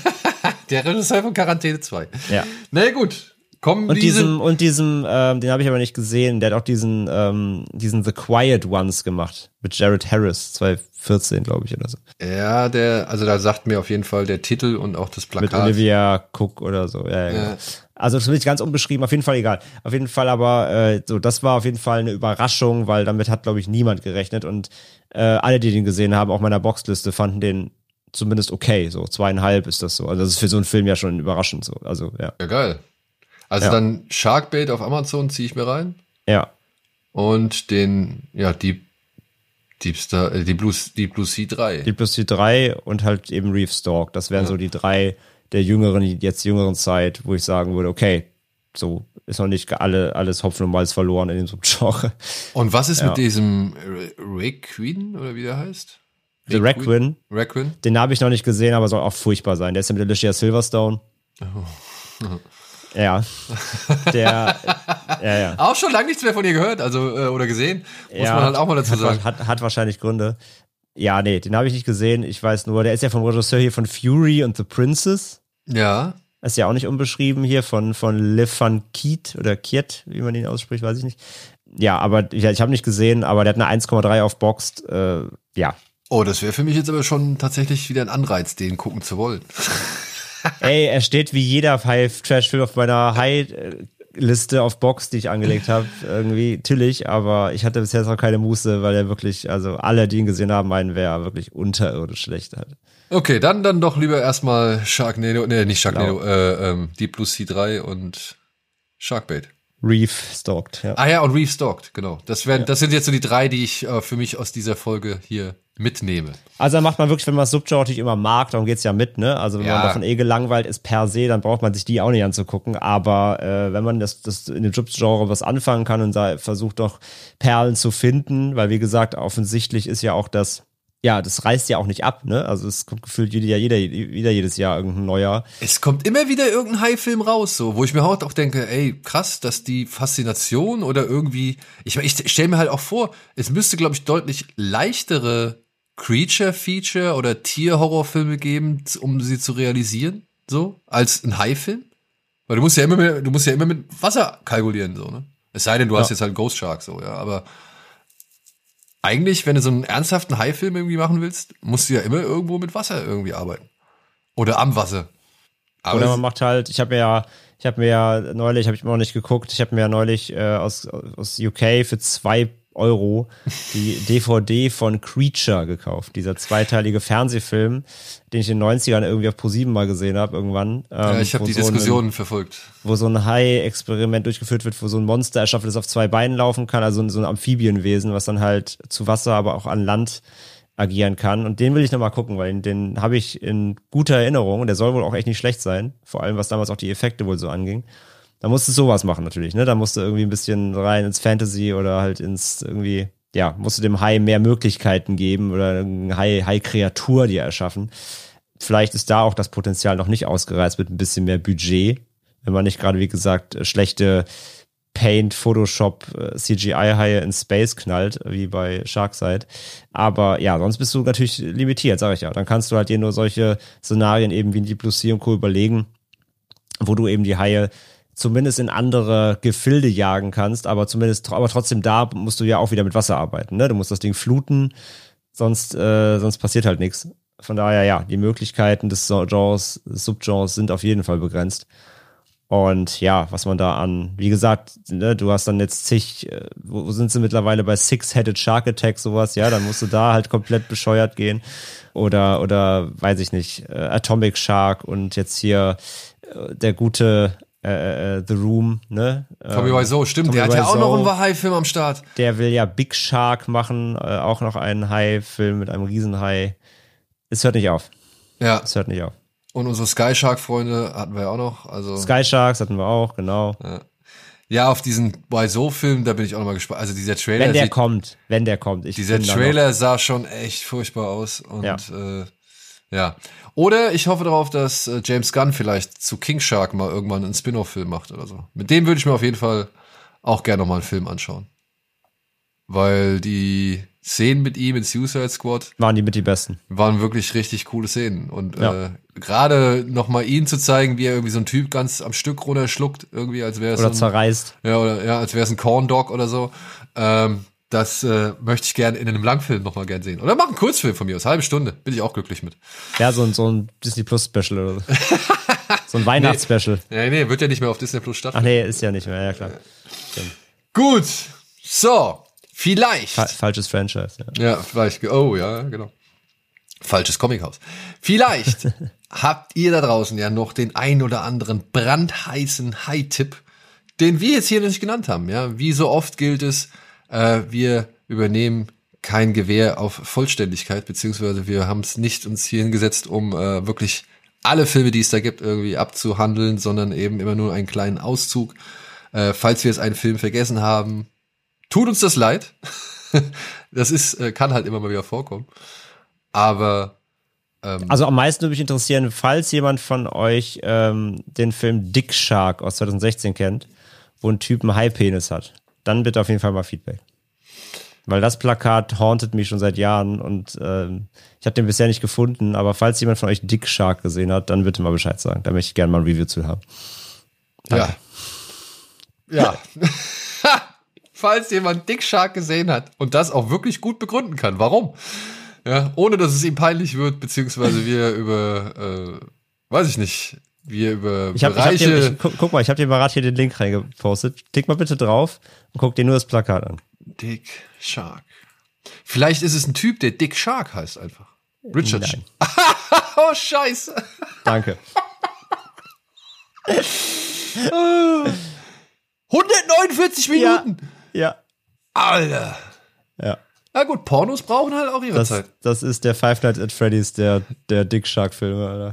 Der Regisseur von Quarantäne 2. Ja. Na nee, gut. Den habe ich aber nicht gesehen, der hat auch diesen The Quiet Ones gemacht mit Jared Harris, 2014, glaube ich, oder so. Ja, da sagt mir auf jeden Fall der Titel und auch das Plakat. Mit Olivia Cook oder so, ja. Genau. Also das will ich ganz unbeschrieben, auf jeden Fall egal. Auf jeden Fall aber, das war auf jeden Fall eine Überraschung, weil damit hat, glaube ich, niemand gerechnet und alle, die den gesehen haben, auch meiner Boxliste, fanden den zumindest okay, so 2,5 ist das so. Also das ist für so einen Film ja schon überraschend so, also ja. Ja, geil. Also dann Sharkbait auf Amazon ziehe ich mir rein. Ja. Und den, Deep Blue Sea 3. Deep Blue Sea 3 und halt eben Reef Stalk. Das wären so die drei der jüngeren Zeit, wo ich sagen würde, okay, so ist noch nicht alles Hopfen und Malz verloren in dem Subgenre. Und was ist mit diesem Requiem oder wie der heißt? The Requiem. Den habe ich noch nicht gesehen, aber soll auch furchtbar sein. Der ist ja mit Alicia Silverstone. Oh. Ja. Ja. Auch schon lange nichts mehr von ihr gehört, also oder gesehen. Muss man halt auch mal dazu sagen. Hat wahrscheinlich Gründe. Ja, nee, den habe ich nicht gesehen. Ich weiß nur, der ist ja vom Regisseur hier von Fury und The Princess. Ja. Ist ja auch nicht unbeschrieben hier von Le Van Kiet oder Kiet, wie man ihn ausspricht, weiß ich nicht. Ja, aber ich habe nicht gesehen, aber der hat eine 1,3 auf Boxed. Ja. Oh, das wäre für mich jetzt aber schon tatsächlich wieder ein Anreiz, den gucken zu wollen. Ey, er steht wie jeder High-Trash-Film auf meiner High-Liste auf Box, die ich angelegt habe. Irgendwie, natürlich, aber ich hatte bisher noch keine Muße, weil er wirklich, also alle, die ihn gesehen haben, meinen, wer wirklich unterirdisch schlecht hat. Okay, dann doch lieber erstmal Sharknado, nicht Sharknado, Deep Blue Sea 3 und Sharkbait. Reef Stalked, ja. Ah ja, und Reef Stalked, genau. Das sind jetzt so die drei, die ich für mich aus dieser Folge hier mitnehme. Also da macht man wirklich, wenn man das Subgenre natürlich immer mag, darum geht's ja mit, ne? Also wenn man davon gelangweilt ist per se, dann braucht man sich die auch nicht anzugucken. Aber wenn man das in dem Subgenre was anfangen kann und da versucht doch Perlen zu finden, weil wie gesagt, offensichtlich ist ja auch das reißt ja auch nicht ab, ne? Also es kommt gefühlt wieder jedes Jahr irgendein neuer. Es kommt immer wieder irgendein High-Film raus, so, wo ich mir auch denke, ey, krass, dass die Faszination oder irgendwie, ich stelle mir halt auch vor, es müsste, glaube ich, deutlich leichtere Creature-Feature oder Tier-Horrorfilme geben, um sie zu realisieren, so, als ein High-Film. Weil du musst ja immer mit Wasser kalkulieren, so, ne? Es sei denn, du hast jetzt halt Ghost Shark, so, ja, aber eigentlich, wenn du so einen ernsthaften High-Film irgendwie machen willst, musst du ja immer irgendwo mit Wasser irgendwie arbeiten. Oder am Wasser. Aber oder man macht halt, ich habe mir ja neulich noch nicht geguckt, ich habe mir ja neulich aus UK für 2 Euro die DVD von Creature gekauft. Dieser zweiteilige Fernsehfilm, den ich in den 90ern irgendwie auf ProSieben mal gesehen habe irgendwann. Ich habe die Diskussionen verfolgt. Wo so ein Hai-Experiment durchgeführt wird, wo so ein Monster erschaffen, das auf 2 Beinen laufen kann, also so ein Amphibienwesen, was dann halt zu Wasser, aber auch an Land agieren kann. Und den will ich nochmal gucken, weil den habe ich in guter Erinnerung und der soll wohl auch echt nicht schlecht sein. Vor allem, was damals auch die Effekte wohl so anging. Da musst du sowas machen natürlich, ne? Da musst du irgendwie ein bisschen rein ins Fantasy oder halt ins irgendwie musst du dem Hai mehr Möglichkeiten geben oder eine Hai-Kreatur dir erschaffen. Vielleicht ist da auch das Potenzial noch nicht ausgereizt mit ein bisschen mehr Budget, wenn man nicht gerade, wie gesagt, schlechte Paint, Photoshop, CGI-Haie in Space knallt, wie bei Sharkside. Aber ja, sonst bist du natürlich limitiert, sag ich ja. Dann kannst du halt dir nur solche Szenarien eben wie in Deep Blue Sea und Co. überlegen, wo du eben die Haie zumindest in andere Gefilde jagen kannst, aber trotzdem da musst du ja auch wieder mit Wasser arbeiten, ne? Du musst das Ding fluten, sonst passiert halt nichts. Von daher, ja, die Möglichkeiten des Subgenres sind auf jeden Fall begrenzt. Und ja, was man da wie gesagt, ne, du hast dann jetzt wo sind sie mittlerweile bei Six-Headed Shark Attack, sowas, ja, dann musst du da halt komplett bescheuert gehen. Oder weiß ich nicht, Atomic Shark und jetzt hier der gute The Room, ne? Tommy Wiseau, stimmt, der hat ja auch noch einen Hai-Film am Start. Der will ja Big Shark machen, auch noch einen Hai-Film mit einem Riesenhai. Es hört nicht auf. Ja. Es hört nicht auf. Und unsere Sky Shark-Freunde hatten wir ja auch noch. Also Sky Sharks hatten wir auch, genau. Ja, auf diesen Wiseau-Film, da bin ich auch nochmal gespannt. Also dieser Trailer. Wenn der kommt. Dieser Trailer sah schon echt furchtbar aus. Und ja. Oder ich hoffe darauf, dass James Gunn vielleicht zu King Shark mal irgendwann einen Spin-off-Film macht oder so. Mit dem würde ich mir auf jeden Fall auch gerne nochmal einen Film anschauen. Weil die Szenen mit ihm in Suicide Squad waren die besten. Waren wirklich richtig coole Szenen. Und gerade nochmal ihn zu zeigen, wie er irgendwie so ein Typ ganz am Stück runterschluckt, irgendwie, als wäre es oder zerreißt. Als wäre es ein Corn Dog oder so. Das möchte ich gerne in einem Langfilm nochmal gern sehen. Oder mach einen Kurzfilm von mir aus, halbe Stunde. Bin ich auch glücklich mit. Ja, so ein Disney Plus Special oder so. So ein Weihnachtsspecial. Nee, wird ja nicht mehr auf Disney Plus stattfinden. Ach nee, ist ja nicht mehr, ja klar. Gut, so, vielleicht. Falsches Franchise, ja. Ja, vielleicht, ja, genau. Falsches Comichaus. Vielleicht habt ihr da draußen ja noch den ein oder anderen brandheißen Hai-Tipp, den wir jetzt hier nicht genannt haben, ja. Wie so oft gilt es, wir übernehmen kein Gewehr auf Vollständigkeit, beziehungsweise wir haben es nicht uns hier hingesetzt, um wirklich alle Filme, die es da gibt, irgendwie abzuhandeln, sondern eben immer nur einen kleinen Auszug. Falls wir jetzt einen Film vergessen haben, tut uns das leid. Das kann halt immer mal wieder vorkommen. Aber also am meisten würde mich interessieren, falls jemand von euch den Film Dick Shark aus 2016 kennt, wo ein Typ einen Haipenis hat, dann bitte auf jeden Fall mal Feedback. Weil das Plakat hauntet mich schon seit Jahren und ich habe den bisher nicht gefunden, aber falls jemand von euch Dick Shark gesehen hat, dann bitte mal Bescheid sagen. Da möchte ich gerne mal ein Review zu haben. Danke. Ja. Falls jemand Dick Shark gesehen hat und das auch wirklich gut begründen kann. Warum? Ja, ohne dass es ihm peinlich wird, beziehungsweise wir über, weiß ich nicht, Bereiche. Guck mal, ich habe dir mal gerade hier den Link reingepostet. Klick mal bitte drauf und guck dir nur das Plakat an. Dick Shark. Vielleicht ist es ein Typ, der Dick Shark heißt einfach. Richard. Nein. Oh, scheiße. Danke. 149 Minuten. Ja. Alter. Ja. Na gut, Pornos brauchen halt auch ihre Zeit. Das ist der Five Nights at Freddy's der Dick Shark Filme, Alter.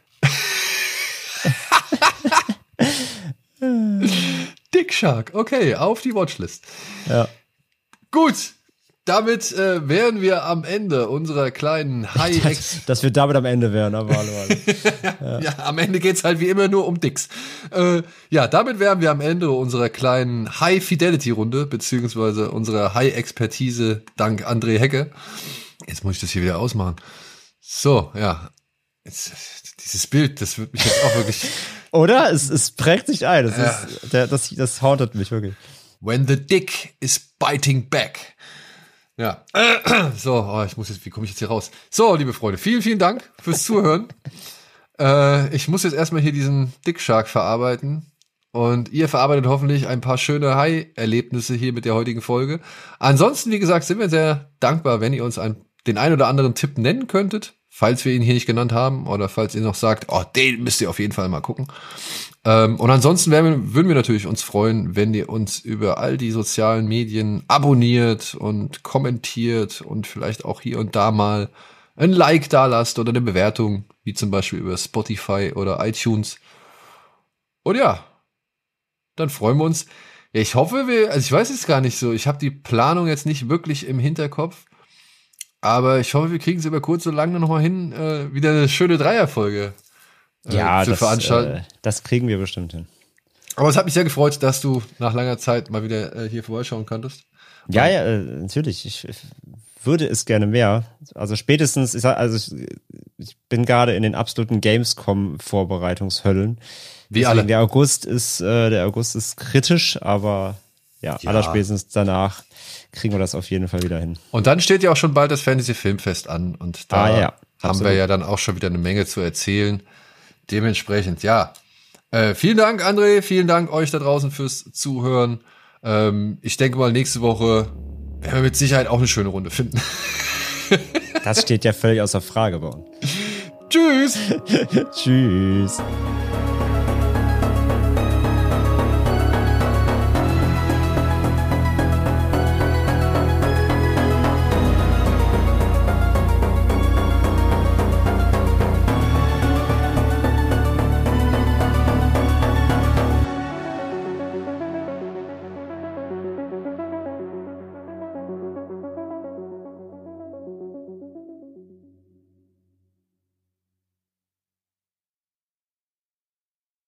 Dick Shark, okay, auf die Watchlist. Ja. Gut, damit wären wir am Ende unserer kleinen High-Ex... Dass wir damit am Ende wären, aber hallo. Ja, am Ende geht's halt wie immer nur um Dicks. Damit wären wir am Ende unserer kleinen High-Fidelity-Runde, beziehungsweise unserer High-Expertise dank André Hecke. Jetzt muss ich das hier wieder ausmachen. So, ja. Dieses Bild, das wird mich jetzt auch wirklich... Oder? Es prägt sich ein. Das hauntet mich wirklich. When the dick is biting back. Ja. So, wie komme ich jetzt hier raus? So, liebe Freunde, vielen, vielen Dank fürs Zuhören. Ich muss jetzt erstmal hier diesen Dick Shark verarbeiten. Und ihr verarbeitet hoffentlich ein paar schöne Hai-Erlebnisse hier mit der heutigen Folge. Ansonsten, wie gesagt, sind wir sehr dankbar, wenn ihr uns den ein oder anderen Tipp nennen könntet, falls wir ihn hier nicht genannt haben oder falls ihr noch sagt, oh, den müsst ihr auf jeden Fall mal gucken. Und ansonsten würden wir natürlich uns freuen, wenn ihr uns über all die sozialen Medien abonniert und kommentiert und vielleicht auch hier und da mal ein Like da lasst oder eine Bewertung, wie zum Beispiel über Spotify oder iTunes. Und ja, dann freuen wir uns, Ja, ich hoffe, ich weiß es gar nicht so. Ich habe die Planung jetzt nicht wirklich im Hinterkopf. Aber ich hoffe, wir kriegen es über kurz und lang noch mal hin, wieder eine schöne Dreierfolge zu veranstalten. Das kriegen wir bestimmt hin. Aber es hat mich sehr gefreut, dass du nach langer Zeit mal wieder hier vorbeischauen konntest. Ja, natürlich. Ich würde es gerne mehr. Also spätestens, ich bin gerade in den absoluten Gamescom-Vorbereitungshöllen. Wie alle. Der August ist kritisch, aber allerspätestens danach kriegen wir das auf jeden Fall wieder hin. Und dann steht ja auch schon bald das Fantasy Filmfest an und da haben wir ja dann auch schon wieder eine Menge zu erzählen. Dementsprechend, vielen Dank, André, vielen Dank euch da draußen fürs Zuhören. Ich denke mal, nächste Woche werden wir mit Sicherheit auch eine schöne Runde finden. Das steht ja völlig außer Frage bei uns. Tschüss. Tschüss.